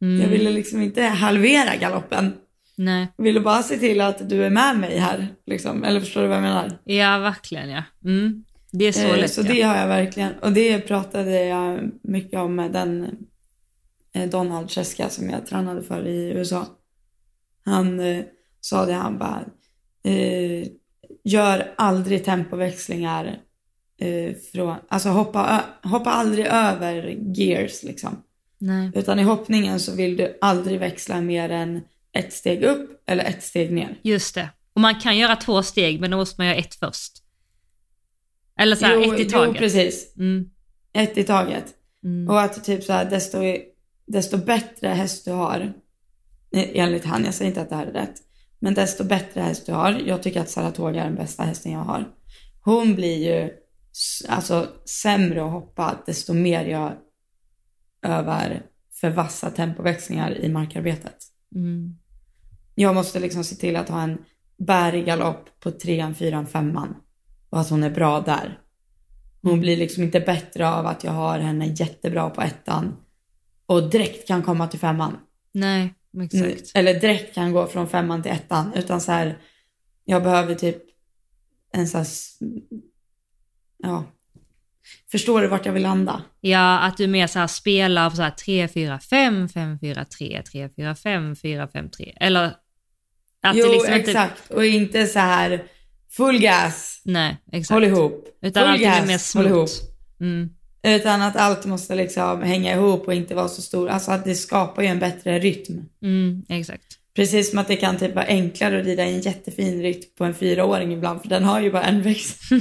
Mm. Jag ville liksom inte halvera galoppen. Nej. Jag ville bara se till att du är med mig här. Liksom. Eller förstår du vad jag menar? Ja, verkligen ja. Mm. Det är så eh, lätt. Så ja. det har jag verkligen. Och det pratade jag mycket om med den eh, Donald Cheska som jag tränade för i U S A. Han eh, sa det, han bara eh, gör aldrig tempoväxlingar eh, från, alltså hoppa, ö- hoppa aldrig över gears liksom. Nej. Utan i hoppningen så vill du aldrig växla mer än ett steg upp eller ett steg ner. Just det. Och man kan göra två steg, men då måste man göra ett först. Eller så här, jo, ett i taget. Jo, precis. Mm. Ett i taget. Mm. Och att typ så här, desto, desto bättre häst du har, enligt han, jag säger inte att det här är rätt, men desto bättre häst du har, jag tycker att Saratoga är den bästa hästen jag har. Hon blir ju alltså sämre att hoppa desto mer jag övar för vassa tempoväxlingar i markarbetet. Mm. Jag måste liksom se till att ha en bärig galopp på trean, fyran, femman. Och att hon är bra där. Hon blir liksom inte bättre av att jag har henne jättebra på ettan. Och direkt kan komma till femman. Nej, exakt. Eller direkt kan gå från femman till ettan. Utan så här, jag behöver typ en sån här, ja. Förstår du vart jag vill landa? Ja, att du mer så här spelar på så här tre, fyra, fem, fem, fyra, tre, tre, fyra, fem, fyra, fem, tre. Eller att jo, det liksom exakt. Inte... Och inte så här full gas. Nej, exakt. Håll ihop. Utan full att gas, det blir mer smooth. håll ihop. Mm. Utan att allt måste liksom hänga ihop och inte vara så stor. Alltså att det skapar ju en bättre rytm. Mm, exakt. Precis som att det kan typ vara enklare att rida en jättefin rytm på en fyraåring ibland. För den har ju bara en växel.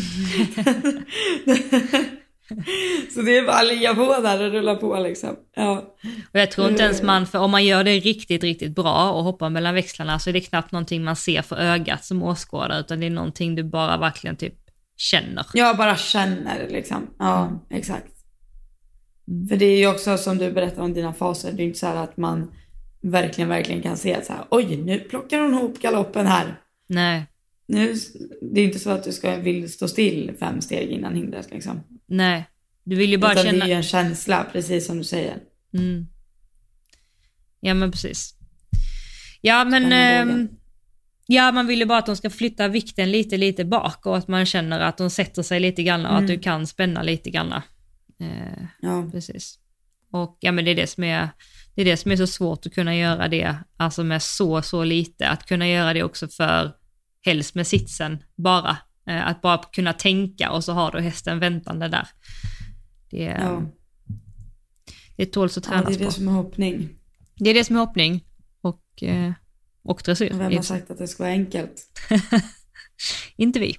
Så det är bara att ligga på där och rulla på liksom. Ja. Och jag tror inte ens man, för om man gör det riktigt, riktigt bra och hoppar mellan växlarna, så är det knappt någonting man ser för ögat som åskådare, utan det är någonting du bara verkligen typ känner. Jag bara känner liksom. Ja, mm. exakt. Mm. För det är ju också som du berättar om dina faser. Det är inte så här att man verkligen, verkligen kan se så här, oj, nu plockar hon ihop galoppen här. Nej. Nu, det är inte så att du ska vill stå still fem steg innan hindret liksom. Nej, du vill ju bara utan känna... det är ju en känsla, precis som du säger. Mm. Ja, men precis. Ja, men... Eh, ja, man vill ju bara att de ska flytta vikten lite, lite bak och att man känner att de sätter sig lite grann och mm. att du kan spänna lite grann. Eh, ja. Precis. Och ja, men det är det som är... Det är det som är så svårt att kunna göra det, alltså med så, så lite. Att kunna göra det också för helst med sitsen bara. Att bara kunna tänka och så har du hästen väntande där. Det, ja. det tåls att tränas på. Ja, det är det på. som är hoppning. Det är det som är hoppning och, och dressyr. Och vem har sagt att det ska vara enkelt? Inte vi.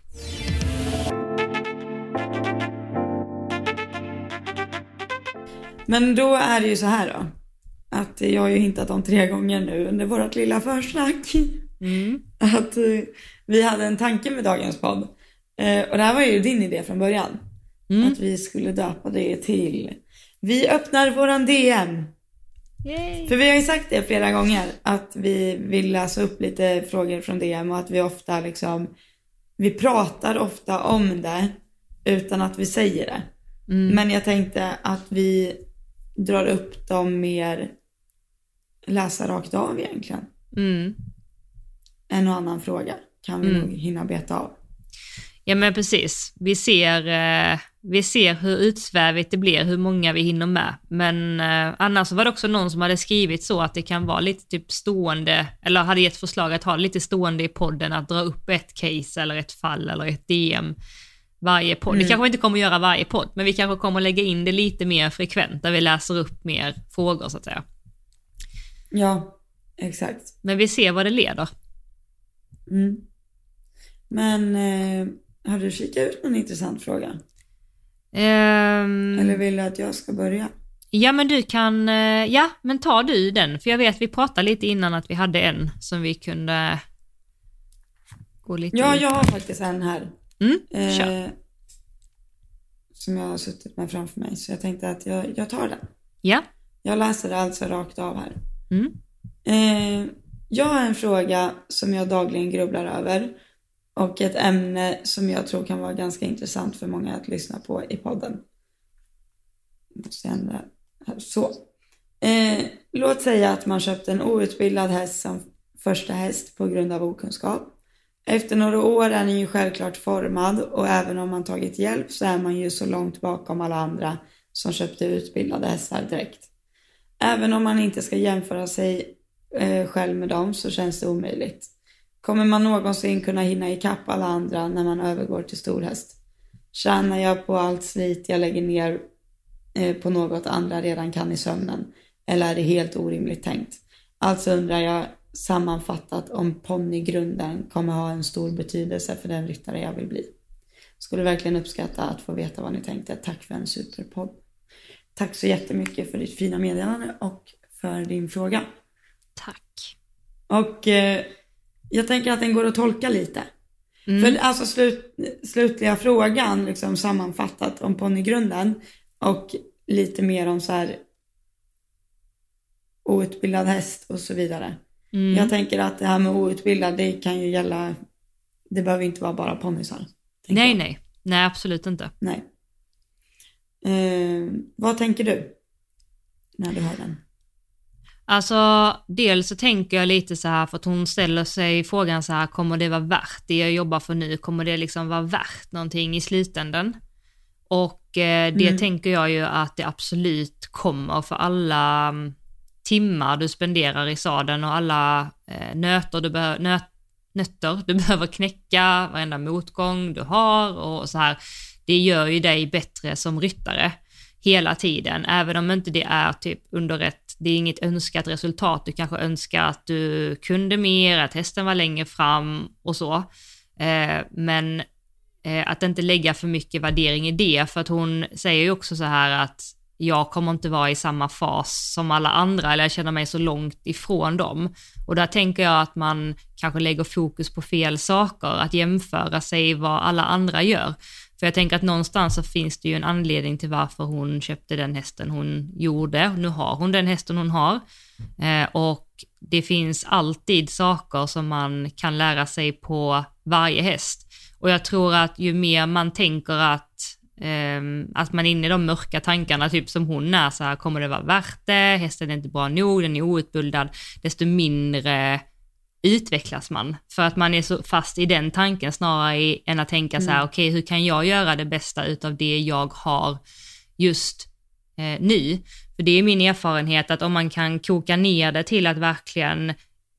Men då är det ju så här då. Att jag har ju hintat om tre gånger nu under vårt lilla försnack. Mm. Att uh, vi hade en tanke med dagens podd. Uh, och det här var ju din idé från början. Mm. Att vi skulle döpa det till Vi öppnar våran D M. Yay. För vi har ju sagt det flera gånger. Att vi vill läsa upp lite frågor från D M. Och att vi ofta liksom Vi pratar ofta om det utan att vi säger det. Mm. Men jag tänkte att vi drar upp dem mer läsa rakt av egentligen. Mm. En och annan fråga kan vi mm. nog hinna beta av. Ja, men precis. Vi ser, eh, vi ser hur utsvävigt det blir, hur många vi hinner med. Men eh, annars var det också någon som hade skrivit så att det kan vara lite typ stående, eller hade gett förslag att ha lite stående i podden, att dra upp ett case eller ett fall eller ett D M varje podd. Mm. Vi kanske inte kommer att göra varje podd, men vi kanske kommer att lägga in det lite mer frekvent där vi läser upp mer frågor så att säga. Ja, exakt. Men vi ser vad det leder. Mm. Men eh, har du kikat ut någon intressant fråga? Um, Eller vill du att jag ska börja? Ja, men du kan, ja, men ta du den. För jag vet, vi pratade lite innan att vi hade en som vi kunde gå lite Ja, ut. jag har faktiskt en här. Mm, eh, som jag har suttit med framför mig. Så jag tänkte att jag, jag tar den. Ja. Jag läser det alltså rakt av här. Mm. Eh, jag har en fråga som jag dagligen grubblar över. Och ett ämne som jag tror kan vara ganska intressant för många att lyssna på i podden. Måste jag ändra här. Så. Eh, låt säga att man köpte en outbildad häst som första häst på grund av okunskap. Efter några år är den ju självklart formad och även om man tagit hjälp så är man ju så långt bakom alla andra som köpte utbildade hästar direkt. Även om man inte ska jämföra sig eh, själv med dem så känns det omöjligt. Kommer man någonsin kunna hinna ikapp alla andra när man övergår till storhäst? Tjänar jag på allt slit jag lägger ner eh, på något andra redan kan i sömnen? Eller är det helt orimligt tänkt? Alltså undrar jag sammanfattat om ponnygrunden kommer ha en stor betydelse för den ryttare jag vill bli. Skulle verkligen uppskatta att få veta vad ni tänkte. Tack för en superpodd. Tack så jättemycket för ditt fina meddelande och för din fråga. Tack. Och eh, jag tänker att den går att tolka lite. Mm. För alltså slut, slutliga frågan liksom sammanfattat om ponnygrunden och lite mer om så här outbildad häst och så vidare. Mm. Jag tänker att det här med outbildad, det kan ju gälla, det behöver inte vara bara ponnysar. Nej, jag. nej. Nej, absolut inte. Nej. Eh, vad tänker du när du hör den? Alltså, dels så tänker jag lite så här, för att hon ställer sig frågan så här, kommer det vara värt det jag jobbar för nu? Kommer det liksom vara värt någonting i slutändan? Och eh, det mm. tänker jag ju att det absolut kommer, för alla timmar du spenderar i sadeln och alla eh, nötter du behöver, nöt, nötter du behöver knäcka, varenda motgång du har och så här, det gör ju dig bättre som ryttare hela tiden, även om inte det är typ under ett, det är inget önskat resultat, du kanske önskar att du kunde mer, att hästen var längre fram och så, eh, men eh, att inte lägga för mycket värdering i det, för att hon säger ju också så här att jag kommer inte vara i samma fas som alla andra, eller jag känner mig så långt ifrån dem. Och där tänker jag att man kanske lägger fokus på fel saker, att jämföra sig vad alla andra gör. För jag tänker att någonstans så finns det ju en anledning till varför hon köpte den hästen hon gjorde. Nu har hon den hästen hon har. Eh, och det finns alltid saker som man kan lära sig på varje häst. Och jag tror att ju mer man tänker att Um, att man är inne i de mörka tankarna typ som hon är, så här, kommer det vara värt det, hästen är inte bra nog, den är outbildad, desto mindre utvecklas man, för att man är så fast i den tanken snarare i, än att tänka mm. så här, okej, okay, hur kan jag göra det bästa utav det jag har just eh, nu, för det är min erfarenhet att om man kan koka ner det till att verkligen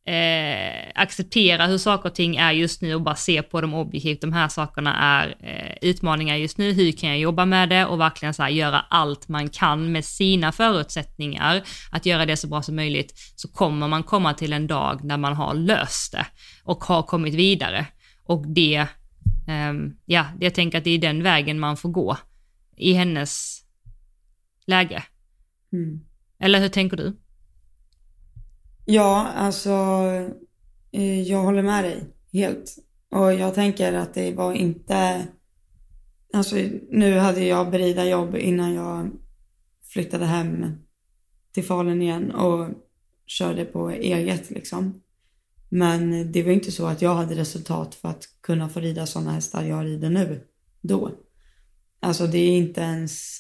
Eh, acceptera hur saker och ting är just nu och bara se på dem objektivt, de här sakerna är eh, utmaningar just nu, hur kan jag jobba med det och verkligen så här, göra allt man kan med sina förutsättningar att göra det så bra som möjligt, så kommer man komma till en dag när man har löst det och har kommit vidare, och det eh, ja, jag tänker att det är den vägen man får gå i hennes läge. Mm. Eller hur tänker du? Ja, alltså jag håller med dig helt. Och jag tänker att det var inte, alltså nu hade jag berida jobb innan jag flyttade hem till Falun igen och körde på eget liksom. Men det var inte så att jag hade resultat för att kunna få rida sådana hästar jag rider nu då. Alltså det är inte ens,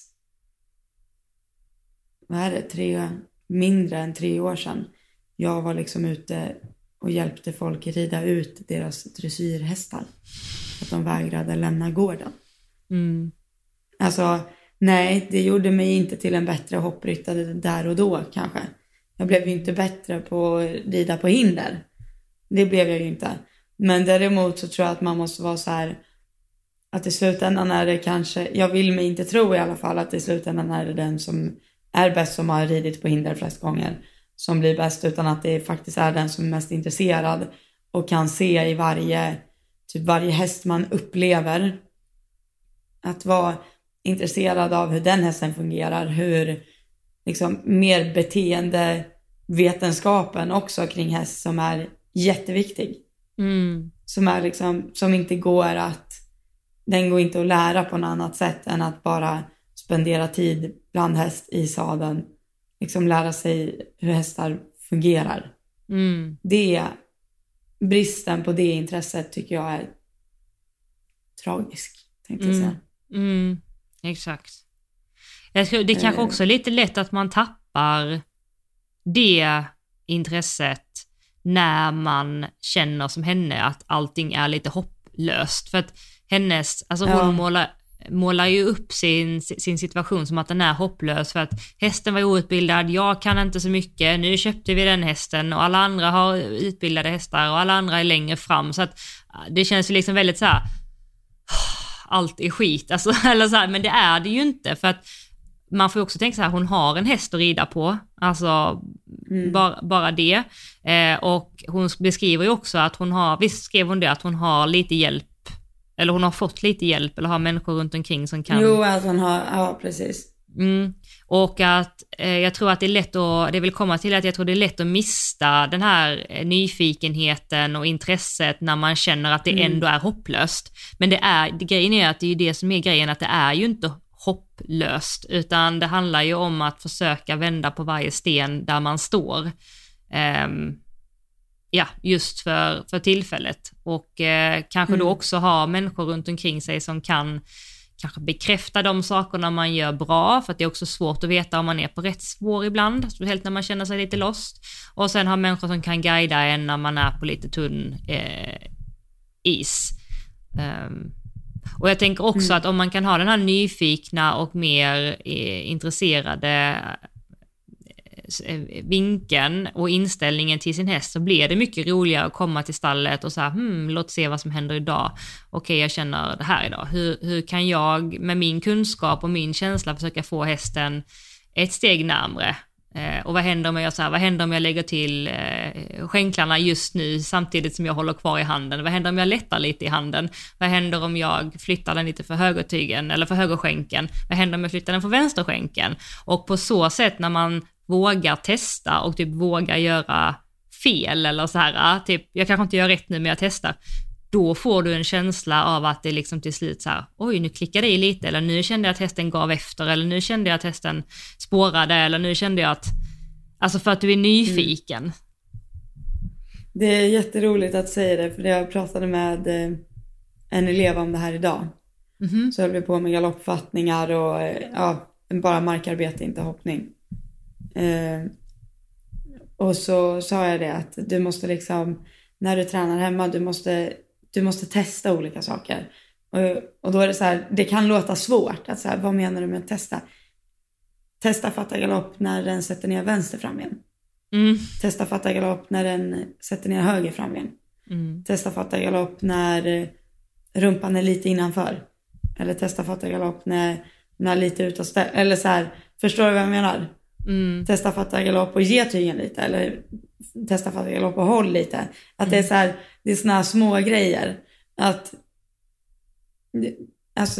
vad är det, tre, mindre än tre år sedan. Jag var liksom ute och hjälpte folk rida ut deras dressyrhästar. Att de vägrade lämna gården. Mm. Alltså, nej, det gjorde mig inte till en bättre hoppryttare där och då kanske. Jag blev ju inte bättre på att rida på hinder. Det blev jag ju inte. Men däremot så tror jag att man måste vara så här, att i slutändan är det kanske, jag vill mig inte tro i alla fall att i slutändan är det den som är bäst som har ridit på hinder flest gånger som blir bäst, utan att det faktiskt är den som är mest intresserad och kan se i varje typ varje häst man upplever, att vara intresserad av hur den hästen fungerar, hur liksom mer beteendevetenskapen också kring häst som är jätteviktig. Mm. Som är liksom, som inte går att, den går inte att lära på något annat sätt än att bara spendera tid bland häst i sadeln, liksom lära sig hur hästar fungerar. Mm. Det, bristen på det intresset tycker jag är tragisk, tänkte jag mm. säga. Mm. Exakt. Jag tror, det är kanske också är lite lätt att man tappar det intresset när man känner som henne att allting är lite hopplöst. För att hennes, alltså Ja. hon målar, målar ju upp sin, sin situation som att den är hopplös för att hästen var outbildad, jag kan inte så mycket, nu köpte vi den hästen och alla andra har utbildade hästar och alla andra är längre fram, så att det känns ju liksom väldigt så här, allt är skit, alltså, eller så här, men det är det ju inte, för att man får ju också tänka så här, hon har en häst att rida på, alltså mm. bara, bara det, eh, och hon beskriver ju också att hon har, visst skrev hon det, att hon har lite hjälp, eller hon har fått lite hjälp, eller har människor runt omkring som kan... Jo, att hon har, ja precis. Mm. Och att eh, jag tror att det är lätt att, det vill komma till att jag tror det är lätt att mista den här eh, nyfikenheten och intresset när man känner att det mm. ändå är hopplöst. Men det är, det, grejen är att det är ju det som är grejen, att det är ju inte hopplöst, utan det handlar ju om att försöka vända på varje sten där man står. Um, ja, just för, för tillfället. Och eh, kanske mm. då också ha människor runt omkring sig som kan kanske bekräfta de sakerna man gör bra, för att det är också svårt att veta om man är på rätt spår ibland, speciellt när man känner sig lite lost. Och sen ha människor som kan guida en när man är på lite tunn eh, is. Um, och jag tänker också mm. att om man kan ha den här nyfikna och mer eh, intresserade vinkeln och inställningen till sin häst, så blir det mycket roligare att komma till stallet och så här, hmm, låt se vad som händer idag. Okej, jag känner det här idag. Hur, hur kan jag med min kunskap och min känsla försöka få hästen ett steg närmre? Eh, och vad händer om jag så här, vad händer om jag lägger till eh, skänklarna just nu samtidigt som jag håller kvar i handen? Vad händer om jag lättar lite i handen? Vad händer om jag flyttar den lite för högertygen eller för högerskänken? Vad händer om jag flyttar den för vänsterskänken? Och på så sätt, när man vågar testa och typ vågar göra fel eller så här, typ jag kanske inte gör rätt nu men jag testar, då får du en känsla av att det liksom till slut så här, oj nu klickade det i lite, eller nu kände jag att hästen gav efter, eller nu kände jag att hästen spårade, eller nu kände jag att, alltså för att du är nyfiken. Mm. Det är jätteroligt att säga det, för jag pratade med en elev om det här idag. Mm-hmm. Så höll vi på med galoppfattningar och ja, bara markarbete, inte hoppning. Eh, och så sa jag det att du måste liksom, när du tränar hemma, du måste, du måste testa olika saker. Och, och då är det så här, det kan låta svårt att så här, vad menar du med att testa? Testa fatta galopp när den sätter ner vänster framben. Mm. Testa fatta galopp när den sätter ner höger framben. Mm. Testa fatta galopp när rumpan är lite innanför. Eller testa fatta galopp när, när lite utåt ställ. Eller så här, förstår du vad jag menar? Mm. Testa fatta galopp och ge tygen lite, eller testa fatta galopp och håll lite, att mm. det är så här, det är såna här små grejer, att alltså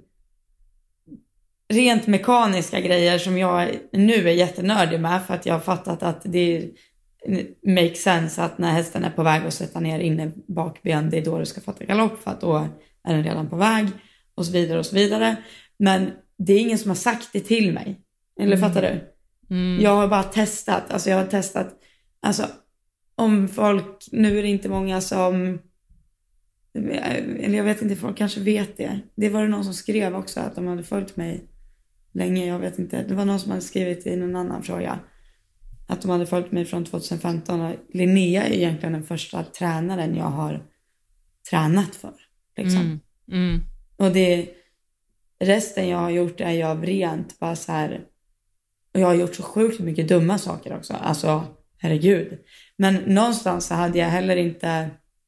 rent mekaniska grejer som jag nu är jättenördig med, för att jag har fattat att det makes sense att när hästen är på väg att sätta ner inne bakben, det är då du ska fatta galopp, för att då är den redan på väg och så vidare och så vidare. Men det är ingen som har sagt det till mig, eller mm. fattar du? Mm. Jag har bara testat, alltså jag har testat, alltså om folk, nu är det inte många som, eller jag vet inte, folk kanske vet det. Det var det någon som skrev också, att de hade följt mig länge, jag vet inte. Det var någon som hade skrivit i någon annan fråga att de hade följt mig från tjugohundrafemton, och Linnea är egentligen den första tränaren jag har tränat för, liksom. Mm. Mm. Och det, resten jag har gjort är jag rent bara så här. Och jag har gjort så sjukt mycket dumma saker också. Alltså, herregud. Men någonstans så hade jag heller inte...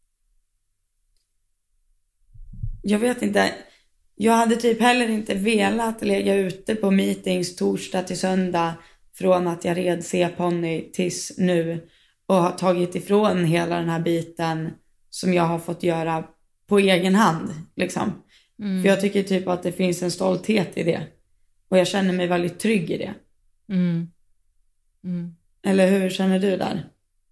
Jag vet inte. Jag hade typ heller inte velat lägga ute på meetings torsdag till söndag från att jag red C-ponny tills nu. Och har tagit ifrån hela den här biten som jag har fått göra på egen hand. Liksom. Mm. För jag tycker typ att det finns en stolthet i det. Och jag känner mig väldigt trygg i det. Mm. Mm. Eller hur känner du där?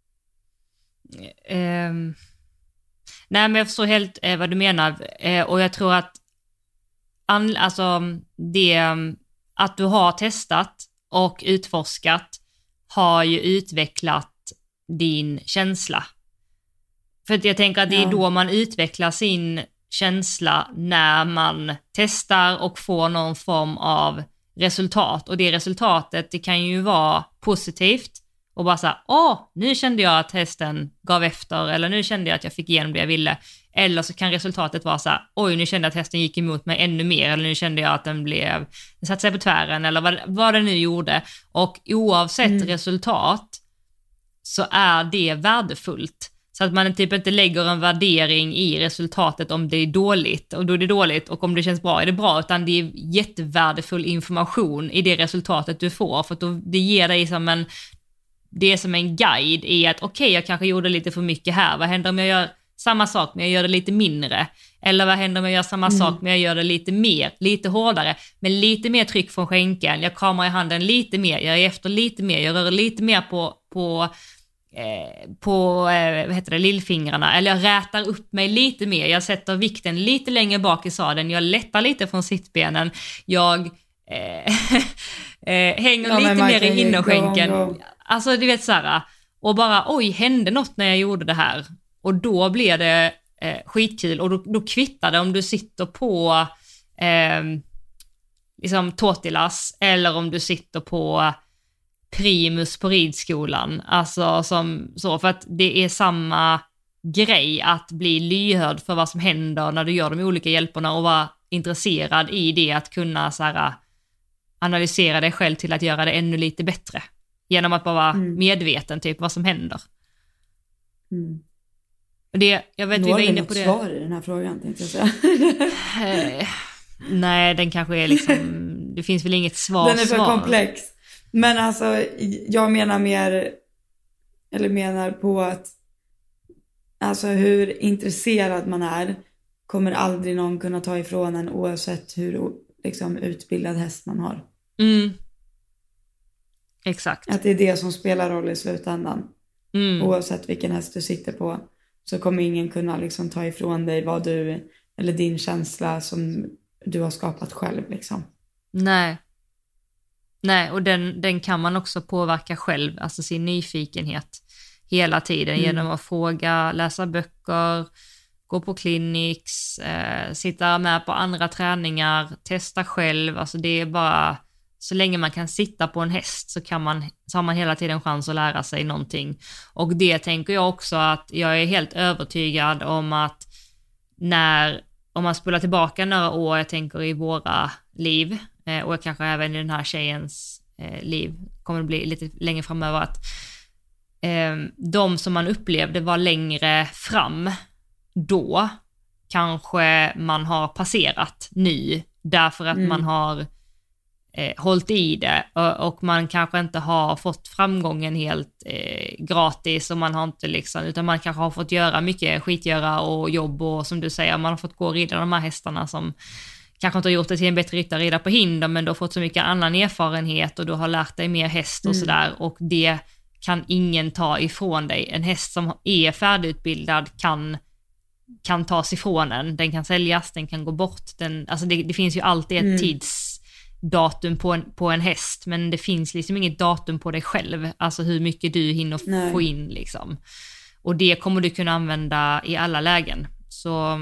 Um, nej, men jag förstår helt eh, vad du menar, eh, och jag tror att an, alltså, det, att du har testat och utforskat har ju utvecklat din känsla. För att jag tänker att det är ja. då man utvecklar sin känsla, när man testar och får någon form av resultat, och det resultatet, det kan ju vara positivt och bara så här, åh, nu kände jag att hästen gav efter, eller nu kände jag att jag fick igenom det jag ville. Eller så kan resultatet vara så här, oj, nu kände jag att hästen gick emot mig ännu mer, eller nu kände jag att den blev, den satte sig på tvären, eller vad, vad den nu gjorde. Och oavsett mm. resultat så är det värdefullt. Så att man typ inte lägger en värdering i resultatet om det är dåligt, och då är det dåligt, och om det känns bra är det bra, utan det är jättevärdefull information i det resultatet du får, för att då, det ger dig som en, det är som en guide i att okej, okay, jag kanske gjorde lite för mycket här, vad händer om jag gör samma sak men jag gör det lite mindre, eller vad händer om jag gör samma mm. sak men jag gör det lite mer, lite hårdare, med lite mer tryck från skänken, jag kramar i handen lite mer, jag är efter lite mer, jag rör lite mer på, på på eh, vad heter det, lillfingrarna, eller jag rätar upp mig lite mer, jag sätter vikten lite längre bak i sadeln, jag lättar lite från sittbenen, jag eh, eh, hänger ja, lite mer i innerskänken, alltså du vet så här, och bara oj, hände något när jag gjorde det här, och då blir det eh, skitkul, och då, då kvittar det om du sitter på eh, liksom tortillas, eller om du sitter på primus på ridskolan, alltså som så, för att det är samma grej att bli lyhörd för vad som händer när du gör de olika hjälperna, och vara intresserad i det, att kunna så här, analysera dig själv till att göra det ännu lite bättre genom att bara vara mm. medveten typ vad som händer. Mm. Och det, jag vet, nu vi var inne något på det. Svar i den här frågan, tänkte jag säga. eh, nej, den kanske är liksom, det finns väl inget svar. Den är för svar. komplex. Men alltså, jag menar mer, eller menar på att alltså hur intresserad man är kommer aldrig någon kunna ta ifrån en, oavsett hur liksom utbildad häst man har. Mm. Exakt. Att det är det som spelar roll i slutändan. Mm. Oavsett vilken häst du sitter på, så kommer ingen kunna liksom ta ifrån dig vad du, eller din känsla som du har skapat själv liksom. Nej. Nej, och den, den kan man också påverka själv, alltså sin nyfikenhet hela tiden mm. genom att fråga, läsa böcker, gå på clinics, eh, sitta med på andra träningar, testa själv, alltså det är bara, så länge man kan sitta på en häst så, kan man, så har man hela tiden chans att lära sig någonting. Och det tänker jag också, att jag är helt övertygad om att när, om man spolar tillbaka några år, jag tänker i våra liv, och kanske även i den här tjejens eh, liv kommer det bli lite längre framöver, att eh, de som man upplevde var längre fram då kanske man har passerat nu, därför att mm. man har eh, hållit i det, och, och man kanske inte har fått framgången helt eh, gratis, och man har inte liksom, utan man kanske har fått göra mycket skitgöra och jobb, och som du säger, man har fått gå och rida de här hästarna som kanske inte har gjort det till en bättre ryttare, rida på hinder, men du har fått så mycket annan erfarenhet, och du har lärt dig mer häst och mm. sådär, och det kan ingen ta ifrån dig. En häst som är färdigutbildad kan, kan tas ifrån en, den kan säljas, den kan gå bort, den, alltså det, det finns ju alltid ett mm. tidsdatum på en, på en häst, men det finns liksom inget datum på dig själv, alltså hur mycket du hinner Nej. få in liksom, och det kommer du kunna använda i alla lägen, så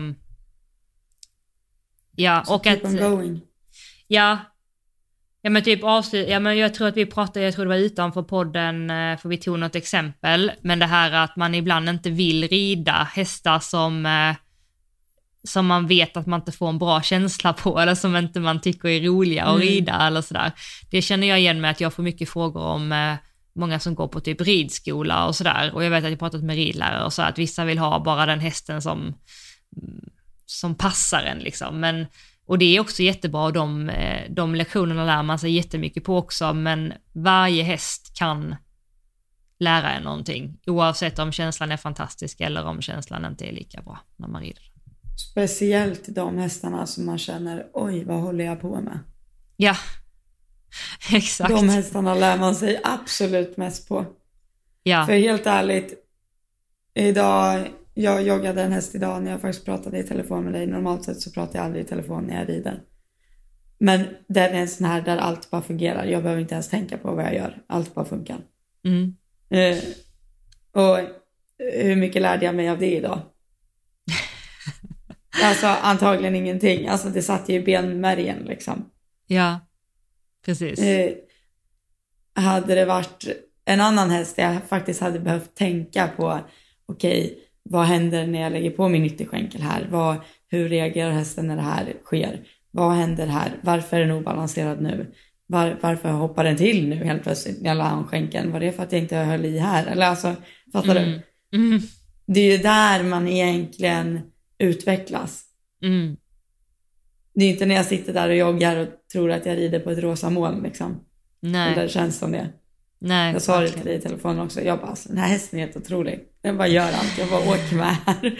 ja, so och att ja, ja men typ avslut, ja men jag tror att vi pratade, jag tror det var utanför podden, för vi tog något exempel, men det här att man ibland inte vill rida hästar som som man vet att man inte får en bra känsla på, eller som inte man tycker är roliga att mm. rida eller sådär. Det känner jag igen med att jag får mycket frågor om många som går på typ ridskola och sådär, och jag vet att jag pratat med ridlärare och så, att vissa vill ha bara den hästen som som passar en liksom, men, och det är också jättebra, och de, de lektionerna lär man sig jättemycket på också, men varje häst kan lära en någonting, oavsett om känslan är fantastisk eller om känslan inte är lika bra när man rider. Speciellt de hästarna som man känner, oj vad håller jag på med? Ja, exakt. De hästarna lär man sig absolut mest på. Ja. För helt ärligt, idag, jag joggade en häst idag när jag faktiskt pratade i telefon med dig. Normalt sett så pratar jag aldrig i telefon när jag rider. Men den är en sån här där allt bara fungerar. Jag behöver inte ens tänka på vad jag gör. Allt bara funkar. Mm. Eh, och hur mycket lärde jag mig av det idag? Alltså antagligen ingenting. Alltså det satt ju i benmärgen liksom. Ja, precis. Eh, hade det varit en annan häst jag faktiskt hade behövt tänka på, okej, okay, vad händer när jag lägger på min ytterskänkel här? Vad, hur reagerar hästen när det här sker? Vad händer här? Varför är den obalanserad nu? Var, varför hoppar den till nu helt plötsligt när jag la an skänkeln? Var det för att jag inte höll i här? Eller alltså, fattar Mm. du? Mm. Det är ju där man egentligen utvecklas. Mm. Det är inte när jag sitter där och joggar och tror att jag rider på ett rosa moln liksom. Nej. Eller det känns som det. Nej, jag sa det verkligen. till dig i telefonen också. Jag bara, alltså, den här hästen är helt otrolig. Den bara gör allt. Jag bara åker med här.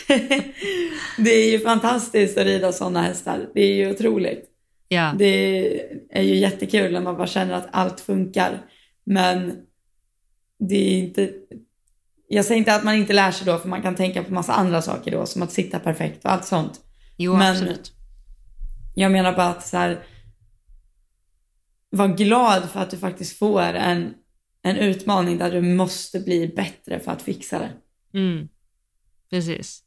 Det är ju fantastiskt att rida sådana hästar. Det är ju otroligt. Ja. Det är ju jättekul när man bara känner att allt funkar. Men det är inte... Jag säger inte att man inte lär sig då, för man kan tänka på massa andra saker då, som att sitta perfekt och allt sånt. Jo, men absolut. Jag menar bara att så här, var glad för att du faktiskt får en, en utmaning där du måste bli bättre för att fixa det. Mm. Precis.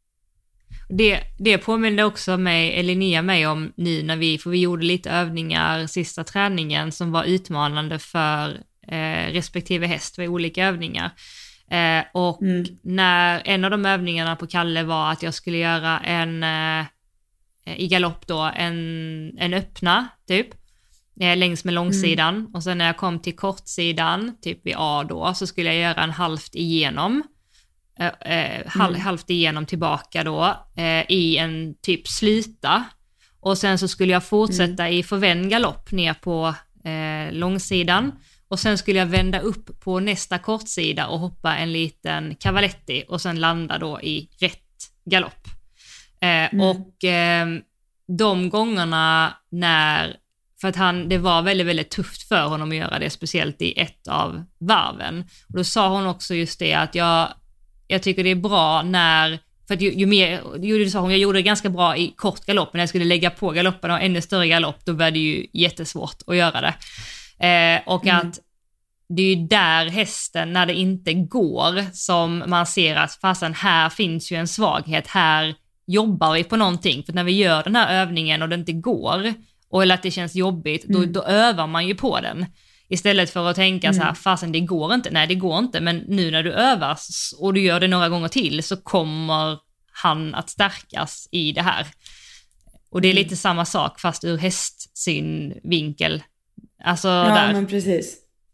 Det, det påminner också mig, eller Linnea mig om nu när vi, för vi gjorde lite övningar sista träningen som var utmanande för eh, respektive häst för olika övningar. Eh, och mm. när en av de övningarna på Kalle var att jag skulle göra en eh, i galopp då, en, en öppna typ eh, längs med långsidan mm. och sen när jag kom till kortsidan typ vid A då, så skulle jag göra en halvt igenom eh, eh, halv, mm. halvt igenom tillbaka då eh, i en typ sluta, och sen så skulle jag fortsätta mm. i förvänd galopp ner på eh, långsidan. Och sen skulle jag vända upp på nästa kortsida och hoppa en liten cavaletti och sen landa då i rätt galopp. Eh, mm. Och eh, de gångerna när, för att han, det var väldigt, väldigt tufft för honom att göra det, speciellt i ett av varven. Och då sa hon också just det att jag, jag tycker det är bra när, för att ju, ju mer, ju, sa hon, jag gjorde det ganska bra i kort galopp, men när jag skulle lägga på galoppen och ännu större galopp, då var det ju jättesvårt att göra det. Eh, och mm. att det är ju där hästen, när det inte går, som man ser att fasen, här finns ju en svaghet, här jobbar vi på någonting. För när vi gör den här övningen och det inte går, och eller att det känns jobbigt, mm. då, då övar man ju på den. Istället för att tänka mm. så här, fasen det går inte, nej det går inte, men nu när du övar och du gör det några gånger till, så kommer han att stärkas i det här. Och det är lite samma sak fast ur hästsynvinkel. Alltså ja, där. men precis.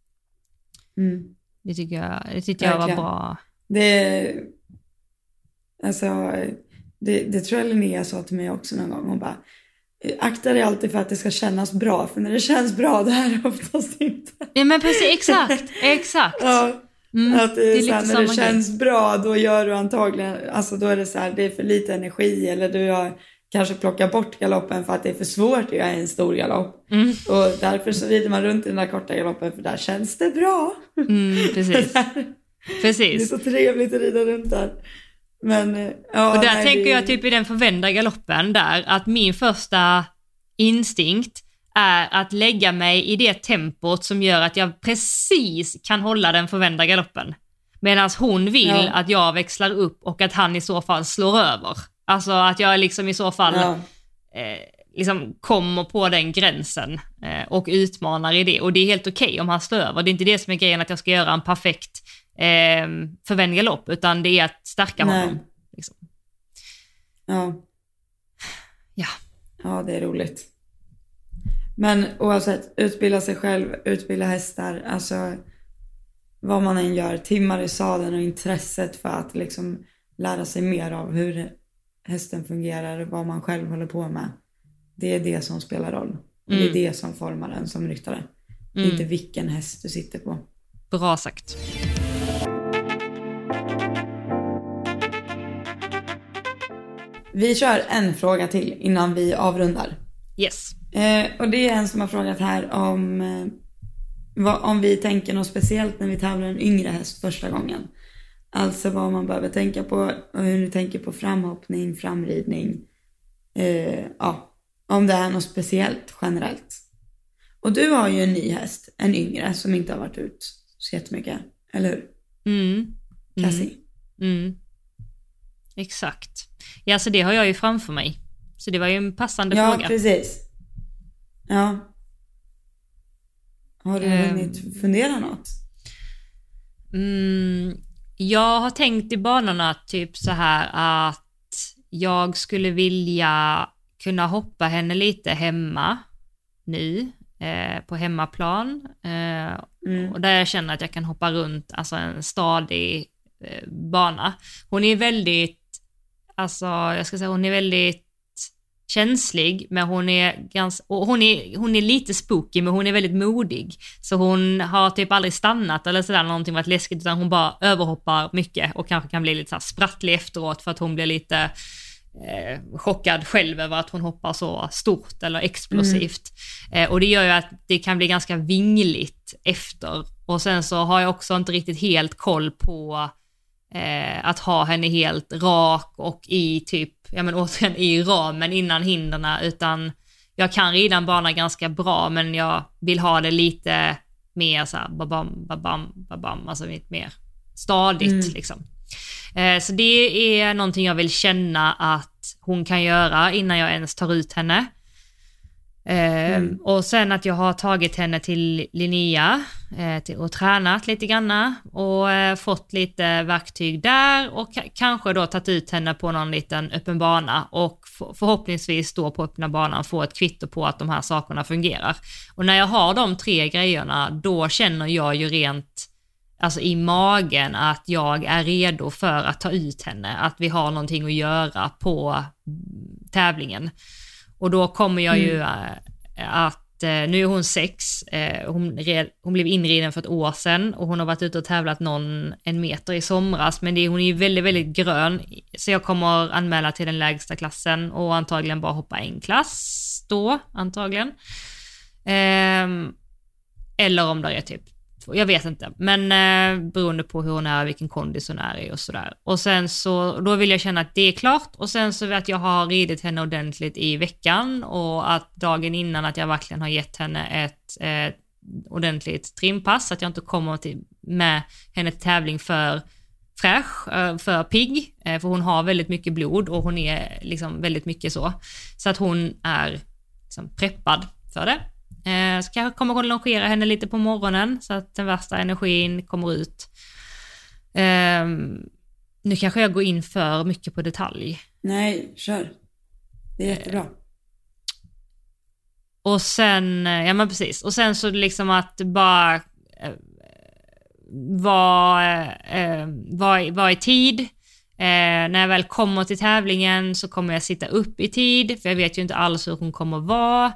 Mm. Det tycker jag, det tycker jag var bra. Det, alltså, det, det tror jag Linnea sa till mig också någon gång. Hon bara, akta dig alltid för att det ska kännas bra. För när det känns bra, det här är oftast inte. Ja men precis, exakt, exakt. Ja, mm, att det är, det är så här, när det känns grej. bra, då gör du antagligen, alltså då är det så här, det är för lite energi, eller du har kanske plockat bort galoppen för att det är för svårt att göra en stor galopp. Mm. Och därför så rider man runt i den där korta galoppen, för där känns det bra. Mm, precis. Precis. Det är så trevligt att rida runt där. Men, ja, och där nej, tänker det... jag typ i den förvända galoppen där, att min första instinkt är att lägga mig i det tempot som gör att jag precis kan hålla den förvända galoppen. Medan hon vill ja. att jag växlar upp och att han i så fall slår över. Alltså att jag liksom i så fall ja. eh, liksom kommer på den gränsen eh, och utmanar i det. Och det är helt okej okay om han slår över. Det är inte det som är grejen att jag ska göra en perfekt eh, förvänd galopp, utan det är att stärka Nej. honom. Liksom. Ja. Ja. Ja, det är roligt. Men oavsett, utbilda sig själv, utbilda hästar, alltså vad man än gör, timmar i sadeln och intresset för att liksom lära sig mer av hur hästen fungerar och vad man själv håller på med. Det är det som spelar roll. Och mm. det är det som formar en som ryttare. Mm. Det är inte vilken häst du sitter på. Bra sagt. Vi kör en fråga till innan vi avrundar. Yes. Eh, och det är en som har frågat här om, eh, vad, om vi tänker något speciellt när vi tävlar en yngre häst första gången. Alltså vad man behöver tänka på och hur ni tänker på framhoppning, framridning. Eh, ja, om det är något speciellt generellt. Och du har ju en ny häst, en yngre som inte har varit ut så jättemycket, eller hur? Mm. Cassie. Mm. Mm. Exakt. Ja, så det har jag ju framför mig. Så det var ju en passande ja, fråga. Ja, precis. Ja. Har du um, hunnit fundera något? Mm, jag har tänkt i banorna typ så här att jag skulle vilja kunna hoppa henne lite hemma nu eh, på hemmaplan eh, mm. och där jag känner att jag kan hoppa runt, alltså en stadig eh, bana. Hon är väldigt, alltså jag ska säga hon är väldigt känslig, men hon är ganska, och hon är hon är lite spooky, men hon är väldigt modig, så hon har typ aldrig stannat eller sådär någonting varit läskigt, utan hon bara överhoppar mycket och kanske kan bli lite så här sprattlig efteråt för att hon blir lite eh, chockad själv över att hon hoppar så stort eller explosivt. Mm. eh, och det gör ju att det kan bli ganska vingligt efter, och sen så har jag också inte riktigt helt koll på Eh, att ha henne helt rak och i typ, ja men återigen i ramen innan hinderna, utan jag kan rida en bana ganska bra, men jag vill ha det lite mer så här babam, babam, babam, alltså lite mer stadigt mm. liksom. Eh, så det är någonting jag vill känna att hon kan göra innan jag ens tar ut henne. Mm. Och sen att jag har tagit henne till Linnea eh, till, och tränat lite grann och eh, fått lite verktyg där, och k- kanske då tagit ut henne på någon liten öppen bana och f- förhoppningsvis då på öppna banan få ett kvitto på att de här sakerna fungerar. Och när jag har de tre grejerna, då känner jag ju rent alltså i magen att jag är redo för att ta ut henne, att vi har någonting att göra på tävlingen. Och då kommer jag ju mm. att, nu är hon sex, hon, red, hon blev inriden för ett år sedan och hon har varit ute och tävlat någon en meter i somras, men det, hon är ju väldigt, väldigt grön, så jag kommer anmäla till den lägsta klassen och antagligen bara hoppa en klass då, antagligen. Ehm, eller om det är typ jag vet inte, men eh, beroende på hur hon är, vilken kondis hon är i och sådär. Och sen så, då vill jag känna att det är klart, och sen så att jag har ridit henne ordentligt i veckan, och att dagen innan att jag verkligen har gett henne ett eh, ordentligt trimpass, så att jag inte kommer till, med henne till tävling för fräsch, eh, för pigg, eh, för hon har väldigt mycket blod och hon är liksom väldigt mycket så, så att hon är liksom preppad för det. Eh, så kanske kommer att longera henne lite på morgonen så att den värsta energin kommer ut. Eh, nu kanske jag går in för mycket på detalj. Nej, kör. Det är jättebra. Eh, och sen, ja men precis. Och sen så liksom att bara eh, vara eh, var, var i tid. Eh, när jag väl kommer till tävlingen så kommer jag sitta upp i tid, för jag vet ju inte alls hur hon kommer vara.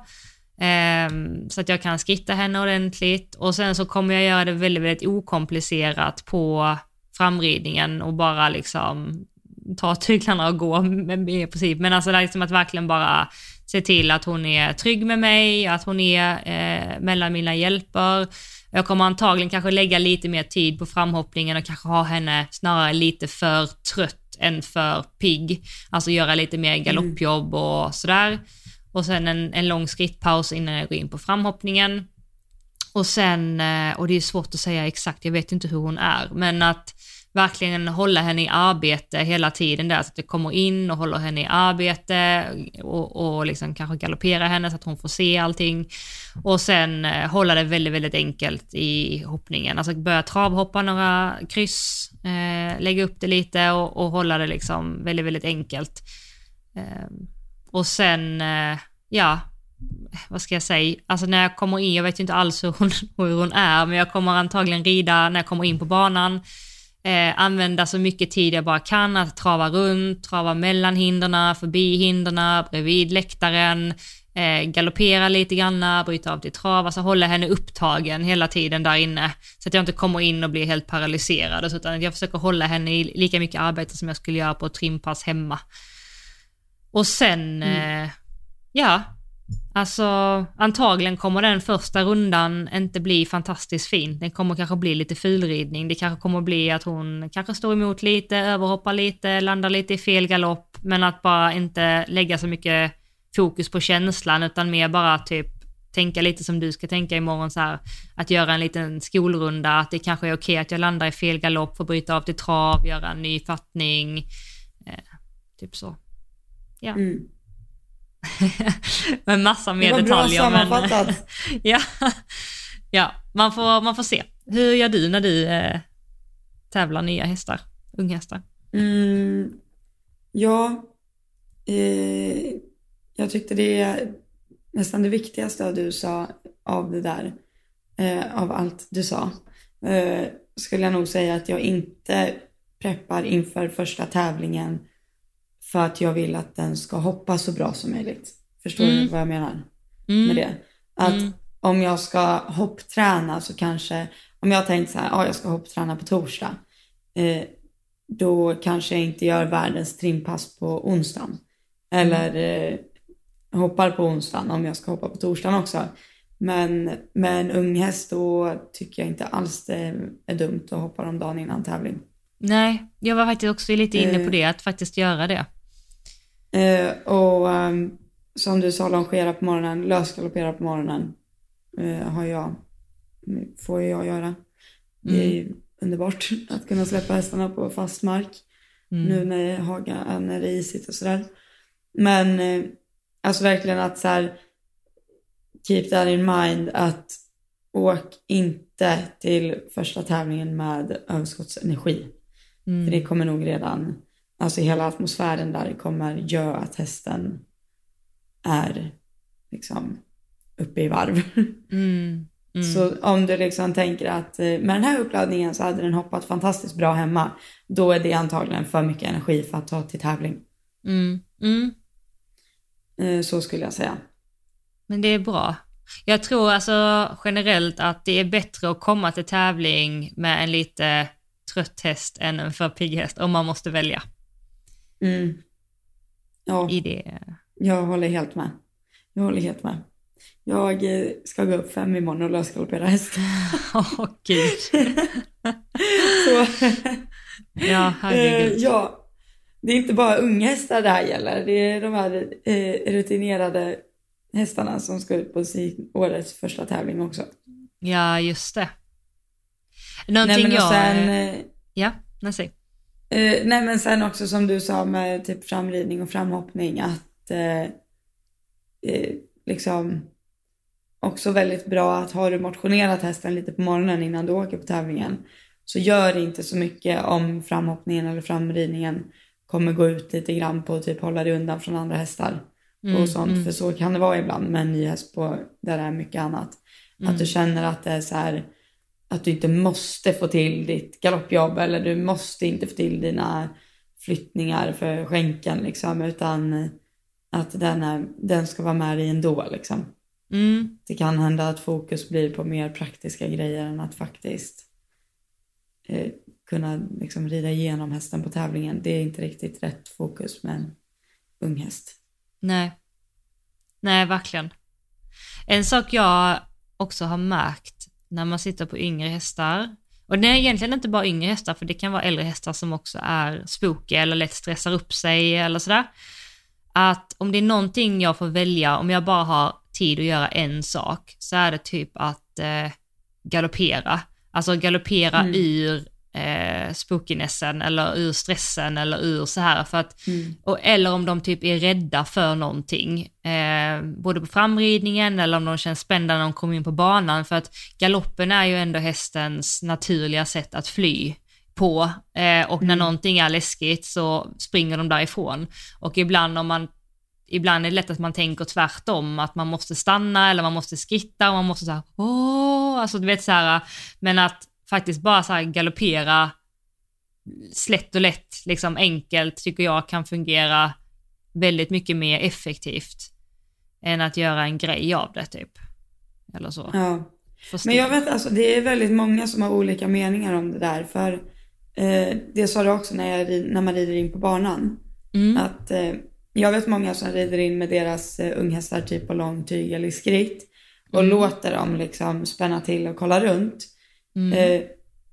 Um, så att jag kan skritta henne ordentligt, och sen så kommer jag göra det väldigt, väldigt okomplicerat på framridningen och bara liksom ta tyglarna och gå med, i princip. Men alltså det är liksom att verkligen bara se till att hon är trygg med mig, att hon är eh, mellan mina hjälper. Jag kommer antagligen kanske lägga lite mer tid på framhoppningen och kanske ha henne snarare lite för trött än för pigg, alltså göra lite mer galoppjobb och sådär. Och sen en, en lång skrittpaus innan jag går in på framhoppningen. Och sen, och det är svårt att säga exakt, jag vet inte hur hon är, men att verkligen hålla henne i arbete hela tiden där, så att jag kommer in och håller henne i arbete och, och liksom kanske galoppera henne så att hon får se allting. Och sen eh, hålla det väldigt, väldigt enkelt i hoppningen. Alltså börja travhoppa några kryss, eh, lägga upp det lite och, och hålla det liksom väldigt, väldigt enkelt. Eh, Och sen, ja, vad ska jag säga? Alltså när jag kommer in, jag vet ju inte alls hur hon, hur hon är, men jag kommer antagligen rida när jag kommer in på banan. Eh, använda så mycket tid jag bara kan, att trava runt, trava mellan hinderna, förbi hinderna, bredvid läktaren, eh, galoppera lite grann, bryta av till trav, alltså hålla henne upptagen hela tiden där inne, så att jag inte kommer in och blir helt paralyserad, utan jag försöker hålla henne i lika mycket arbete som jag skulle göra på ett trimpass hemma. Och sen, mm. eh, ja, alltså antagligen kommer den första rundan inte bli fantastiskt fin. Den kommer kanske bli lite fulridning. Det kanske kommer bli att hon kanske står emot lite, överhoppar lite, landar lite i fel galopp. Men att bara inte lägga så mycket fokus på känslan, utan mer bara typ tänka lite som du ska tänka imorgon, så här, att göra en liten skolrunda. Att det kanske är okej att jag landar i fel galopp, får bryta av till trav, göra en ny fattning. Eh, typ så. Ja. Mm. Med massa mer detaljer. Det var bra sammanfattat. Men, ja, ja man, får, man får se. Hur gör du när du eh, tävlar nya hästar, unghästar? Mm, ja, eh, jag tyckte det är nästan det viktigaste av du sa av det där, eh, av allt du sa. Eh, skulle jag nog säga att jag inte preppar inför första tävlingen för att jag vill att den ska hoppa så bra som möjligt. Förstår Mm. du vad jag menar Mm. med det? Att Mm. om jag ska hoppträna så kanske, om jag tänkt så här, ja jag ska hoppträna på torsdag. Eh, då kanske jag inte gör världens trimpass på onsdagen. Eller eh, hoppar på onsdagen om jag ska hoppa på torsdagen också. Men med en ung häst då tycker jag inte alls det är dumt att hoppa om dagen innan tävling. Nej, jag var faktiskt också lite inne på det, att faktiskt göra det. Eh, och um, som du sa, longera på morgonen, lösgaloppera på morgonen eh, har jag, får jag göra. Det är ju underbart att kunna släppa hästarna på fast mark. Mm. Nu när Haga, när det är isigt och sådär. Men eh, alltså verkligen att så här, keep that in mind, att åk inte till första tävlingen med överskottsenergi. Mm. För det kommer nog redan, alltså hela atmosfären där kommer göra att hästen är liksom uppe i varv. Mm. Mm. Så om du liksom tänker att med den här uppladdningen så hade den hoppat fantastiskt bra hemma, då är det antagligen för mycket energi för att ta till tävling. Mm. Mm. Så skulle jag säga. Men det är bra. Jag tror alltså generellt att det är bättre att komma till tävling med en lite trött häst än en för pigg häst, om man måste välja. Mm. Ja, I det. Jag håller helt med. Jag håller helt med. Jag ska gå upp fem imorgon och lösgaloppera häst. Åh, oh, gud. Så. Ja, herregud. Ja, det är inte bara unga hästar det här gäller. Det är de här eh, rutinerade hästarna som ska ut på sin årets första tävling också. Ja, just det. Någonting nej, jag... Sen, eh, ja, nej, säg. Eh, nej, men sen också som du sa med typ framridning och framhoppning, att eh, eh, liksom också väldigt bra att har du motionerat hästen lite på morgonen innan du åker på tävlingen, så gör inte så mycket om framhoppningen eller framridningen kommer gå ut lite grann på typ hålla dig undan från andra hästar mm, och sånt, mm. för så kan det vara ibland med en ny häst på där det är mycket annat. Mm. Att du känner att det är så här, att du inte måste få till ditt galoppjobb, eller du måste inte få till dina flyttningar för skänken liksom, utan att den, är, den ska vara med i ändå liksom. Mm. Det kan hända att fokus blir på mer praktiska grejer än att faktiskt eh, kunna liksom rida igenom hästen på tävlingen. Det är inte riktigt rätt fokus med en ung häst. Nej, nej verkligen. En sak jag också har märkt när man sitter på yngre hästar, och det är egentligen inte bara yngre hästar, för det kan vara äldre hästar som också är spooky eller lätt stressar upp sig eller sådär, att om det är någonting jag får välja, om jag bara har tid att göra en sak, så är det typ att eh, galoppera. Alltså galoppera mm. ur eh, spookinessen eller ur stressen eller ur så här, för att, mm. och, eller om de typ är rädda för någonting, eh, både på framridningen eller om de känns spända när de kommer in på banan, för att galoppen är ju ändå hästens naturliga sätt att fly på, eh, och när mm. någonting är läskigt så springer de därifrån. Och ibland om man ibland är det lätt att man tänker tvärtom, att man måste stanna eller man måste skritta och man måste så här, åh, alltså du vet så här, men att faktiskt bara så här galoppera slätt och lätt, liksom enkelt, tycker jag kan fungera väldigt mycket mer effektivt än att göra en grej av det typ. Eller så. Ja. Men jag vet, alltså det är väldigt många som har olika meningar om det där, för eh, det sa du också när, jag, när man rider in på banan, mm. att eh, jag vet många som rider in med deras eh, unghästar typ på långtyg eller skritt och mm. låter dem liksom spänna till och kolla runt. Mm. Eh,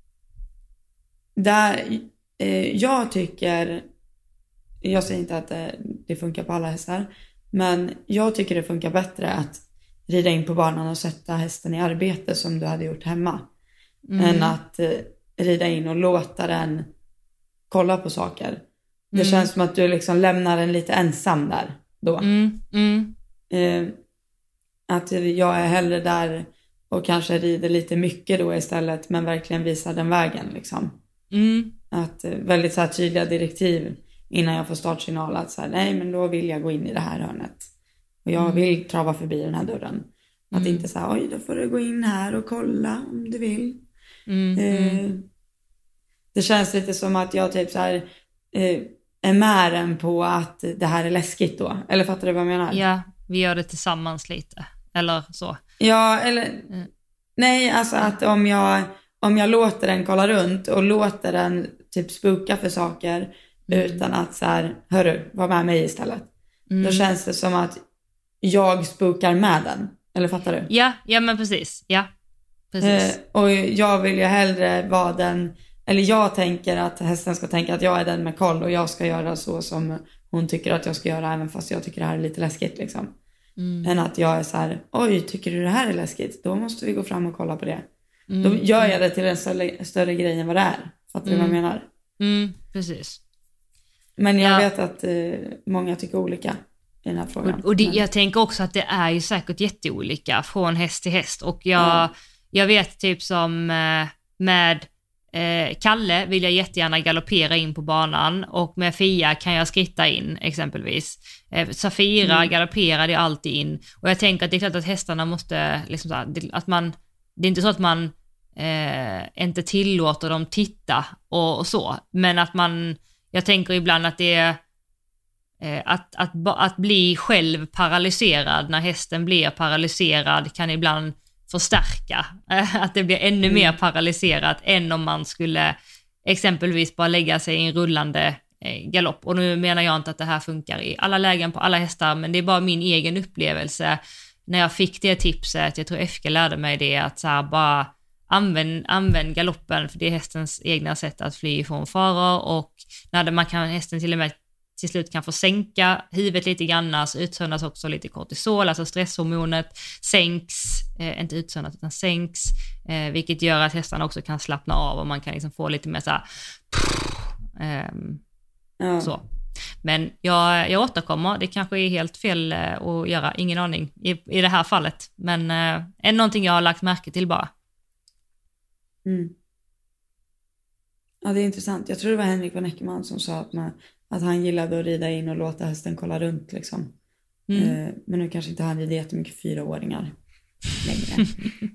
där eh, jag tycker, jag säger inte att det, det funkar på alla hästar, men jag tycker det funkar bättre att rida in på banan och sätta hästen i arbete som du hade gjort hemma, mm. än att eh, rida in och låta den kolla på saker. Det mm. känns som att du liksom lämnar den lite ensam där då. Mm. Mm. Eh, att jag är hellre där och kanske rider lite mycket då istället, men verkligen visar den vägen liksom. Mm. Att eh, väldigt så här tydliga direktiv innan jag får startsignal att så här, nej men då vill jag gå in i det här hörnet. Och jag vill trava förbi den här dörren. Att Mm. inte så här, oj då får du gå in här och kolla om du vill. Mm. Eh, Mm. det känns lite som att jag typ så här eh, är med den på att det här är läskigt då. Eller fattar du vad jag menar? Ja, vi gör det tillsammans lite. Eller så. Ja, eller Mm. nej, alltså att om jag om jag låter den kolla runt och låter den typ spuka för saker Mm. utan att så här, hörru, var med mig istället. Mm. Då känns det som att jag spukar med den. Eller fattar du? Ja, ja men precis. Ja, precis. Eh, och jag vill ju hellre vara den, eller jag tänker att hästen ska tänka att jag är den med koll och jag ska göra så som hon tycker att jag ska göra även fast jag tycker det här är lite läskigt liksom. Mm. Än att jag är så här, oj, tycker du det här är läskigt? Då måste vi gå fram och kolla på det. Mm. Då gör jag det till en större, större grej än vad det är. Fattar du vad jag menar? Mm, precis. Men jag Ja. vet att eh, många tycker olika i den här frågan. Och, och det, Men- jag tänker också att det är ju säkert jätteolika från häst till häst. Och jag, Ja. jag vet typ som eh, med eh, Kalle vill jag jättegärna galoppera in på banan. Och med Fia kan jag skritta in exempelvis. Eh, Safira Mm. galopperar det alltid in. Och jag tänker att det är klart att hästarna måste, liksom så här, det, att man, det är inte så att man eh, inte tillåter dem titta och, och så. Men att man, jag tänker ibland att det är Eh, Att, att, ba- att bli själv paralyserad när hästen blir paralyserad kan ibland förstärka. Eh, att det blir ännu Mm. mer paralyserat än om man skulle exempelvis bara lägga sig i en rullande eh, galopp. Och nu menar jag inte att det här funkar i alla lägen på alla hästar, men det är bara min egen upplevelse. När jag fick det tipset, jag tror F K lärde mig det, att så här bara använd, använd galoppen, för det är hästens egna sätt att fly ifrån faror. Och när man kan, hästen till och med till slut kan få sänka huvudet lite grann, så utsöndras också lite kortisol, alltså stresshormonet sänks, eh, inte utsöndras utan sänks, eh, vilket gör att hästarna också kan slappna av och man kan liksom få lite mer så här, ehm, ja. så. Men jag, jag återkommer, det kanske är helt fel eh, att göra, ingen aning i, i det här fallet, men eh, är någonting jag har lagt märke till bara. Mm. Ja, det är intressant. Jag tror det var Henrik von Eckermann som sa att, man, att han gillade att rida in och låta hästen kolla runt liksom. Mm. Eh, men nu kanske inte han rider jättemycket fyraåringar längre.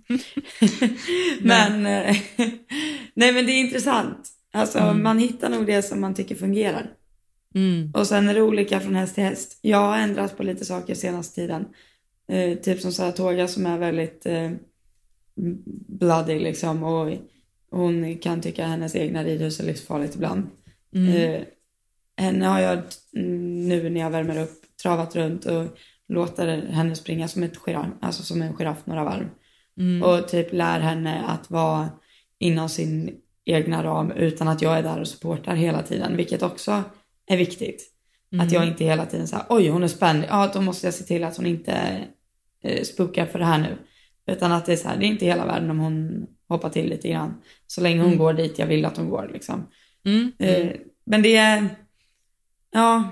men eh, nej, men det är intressant. Alltså Mm. man hittar nog det som man tycker fungerar. Mm. Och sen är det olika från häst till häst. Jag har ändrat på lite saker senaste tiden. Eh, typ som Saratoga som är väldigt eh, bloody liksom. Och hon kan tycka att hennes egna ridhus är livsfarligt ibland. Mm. Eh, henne har jag mm, nu när jag värmer upp travat runt och låter henne springa som, ett giraff, alltså som en giraff några varv. Mm. Och typ lär henne att vara inom sin egna ram utan att jag är där och supportar hela tiden. Vilket också är viktigt. Mm. Att jag inte hela tiden säger, oj hon är spänd. Ja, då måste jag se till att hon inte eh, spukar för det här nu. Utan att det är så här, det är inte hela världen om hon hoppar till lite grann. Så länge hon Mm. går dit jag vill att hon går liksom. Mm. Mm. Eh, men det är, ja,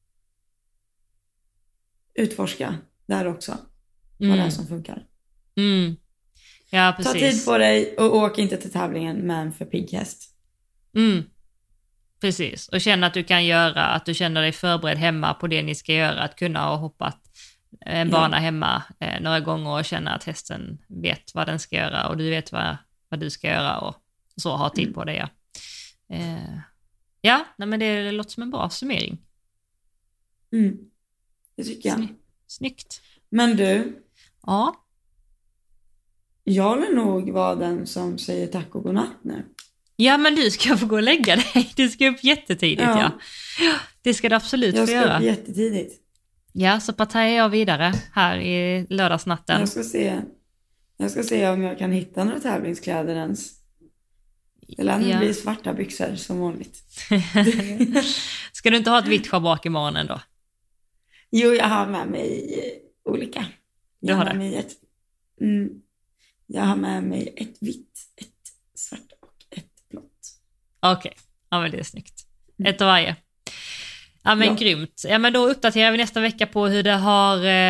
utforska där också. Vad det är som funkar. Mm. Ja, precis. Ta tid på dig och åk inte till tävlingen med en för pigg häst. Mm. Precis, och känna att du kan göra, att du känner dig förberedd hemma på det ni ska göra, att kunna ha hoppat en bana Ja. hemma eh, några gånger och känna att hästen vet vad den ska göra och du vet vad, vad du ska göra och så ha tid Mm. på det. Ja, eh, ja nej, men det låter som en bra summering. Mm. Det tycker jag. Sny- Snyggt. Men du, Ja. jag vill nog vara den som säger tack och godnatt nu. Ja, men du ska få gå och lägga dig. Du ska upp jättetidigt, ja. Ja. ja. Det ska du absolut Jag få ska göra. upp jättetidigt. Ja, så partajar jag vidare här i lördagsnatten. Jag ska se, jag ska se om jag kan hitta några tävlingskläder ens. Det lär nog Ja. bli svarta byxor som vanligt. Ska du inte ha ett vitt schabrak imorgon ändå? Jo, jag har med mig eh, olika. Du Jag har har det? med mig ett, mm, jag har med mig ett vitt, ett svart och ett blått. Okej, ja men det är snyggt. Ett av varje. Ja men Ja. grymt. Ja men då uppdaterar vi nästa vecka på hur det har eh,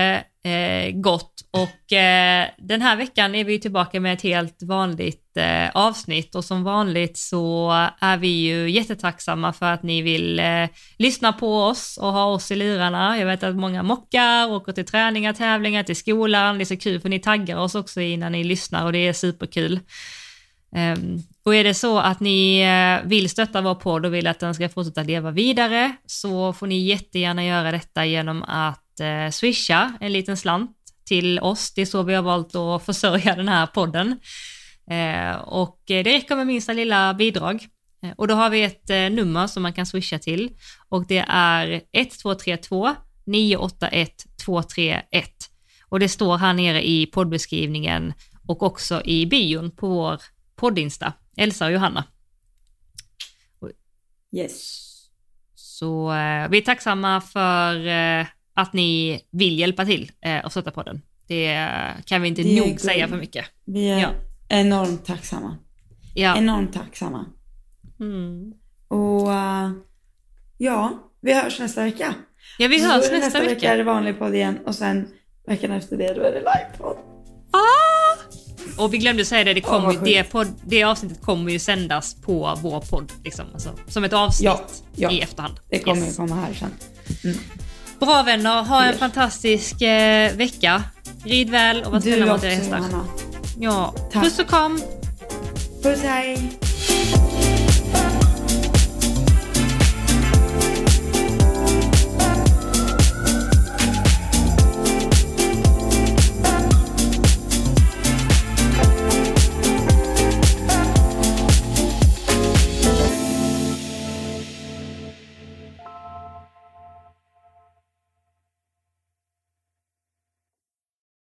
eh, gått. Och eh, den här veckan är vi tillbaka med ett helt vanligt eh, avsnitt. Och som vanligt så är vi ju jättetacksamma för att ni vill eh, lyssna på oss och ha oss i lurarna. Jag vet att många mockar, åker till träningar, tävlingar, till skolan. Det är så kul för ni taggar oss också innan ni lyssnar och det är superkul. Um, och är det så att ni uh, vill stötta vår podd och vill att den ska fortsätta leva vidare, så får ni jättegärna göra detta genom att uh, swisha en liten slant till oss. Det är så vi har valt att försörja den här podden. Uh, och det räcker med minsta lilla bidrag. Uh, och då har vi ett uh, nummer som man kan swisha till. Och det är ett två tre två nio åtta ett två tre ett. Och det står här nere i poddbeskrivningen och också i bion på vår poddinsta, Elsa och Johanna. Yes. Så eh, vi är tacksamma för eh, att ni vill hjälpa till eh, och stötta podden. Det kan vi inte Det nog säga för mycket. Vi är ja. enormt tacksamma. Ja. Enormt tacksamma. Mm. Och uh, ja, vi hörs nästa vecka. Ja, vi hörs nästa, nästa vecka. vecka är det vanlig podd igen och sen veckan efter det då är det livepodd. Ah! Och vi glömde säga det, det, kommer, oh, det, podd, det avsnittet kommer ju sändas på vår podd. Liksom, alltså, som ett avsnitt ja, ja. i efterhand. Det kommer yes. ju komma här sen. Mm. Bra vänner, ha en yes. fantastisk eh, vecka. Rid väl och var snälla mot er hästar. Ja, tack. Puss och kom. Puss, hej.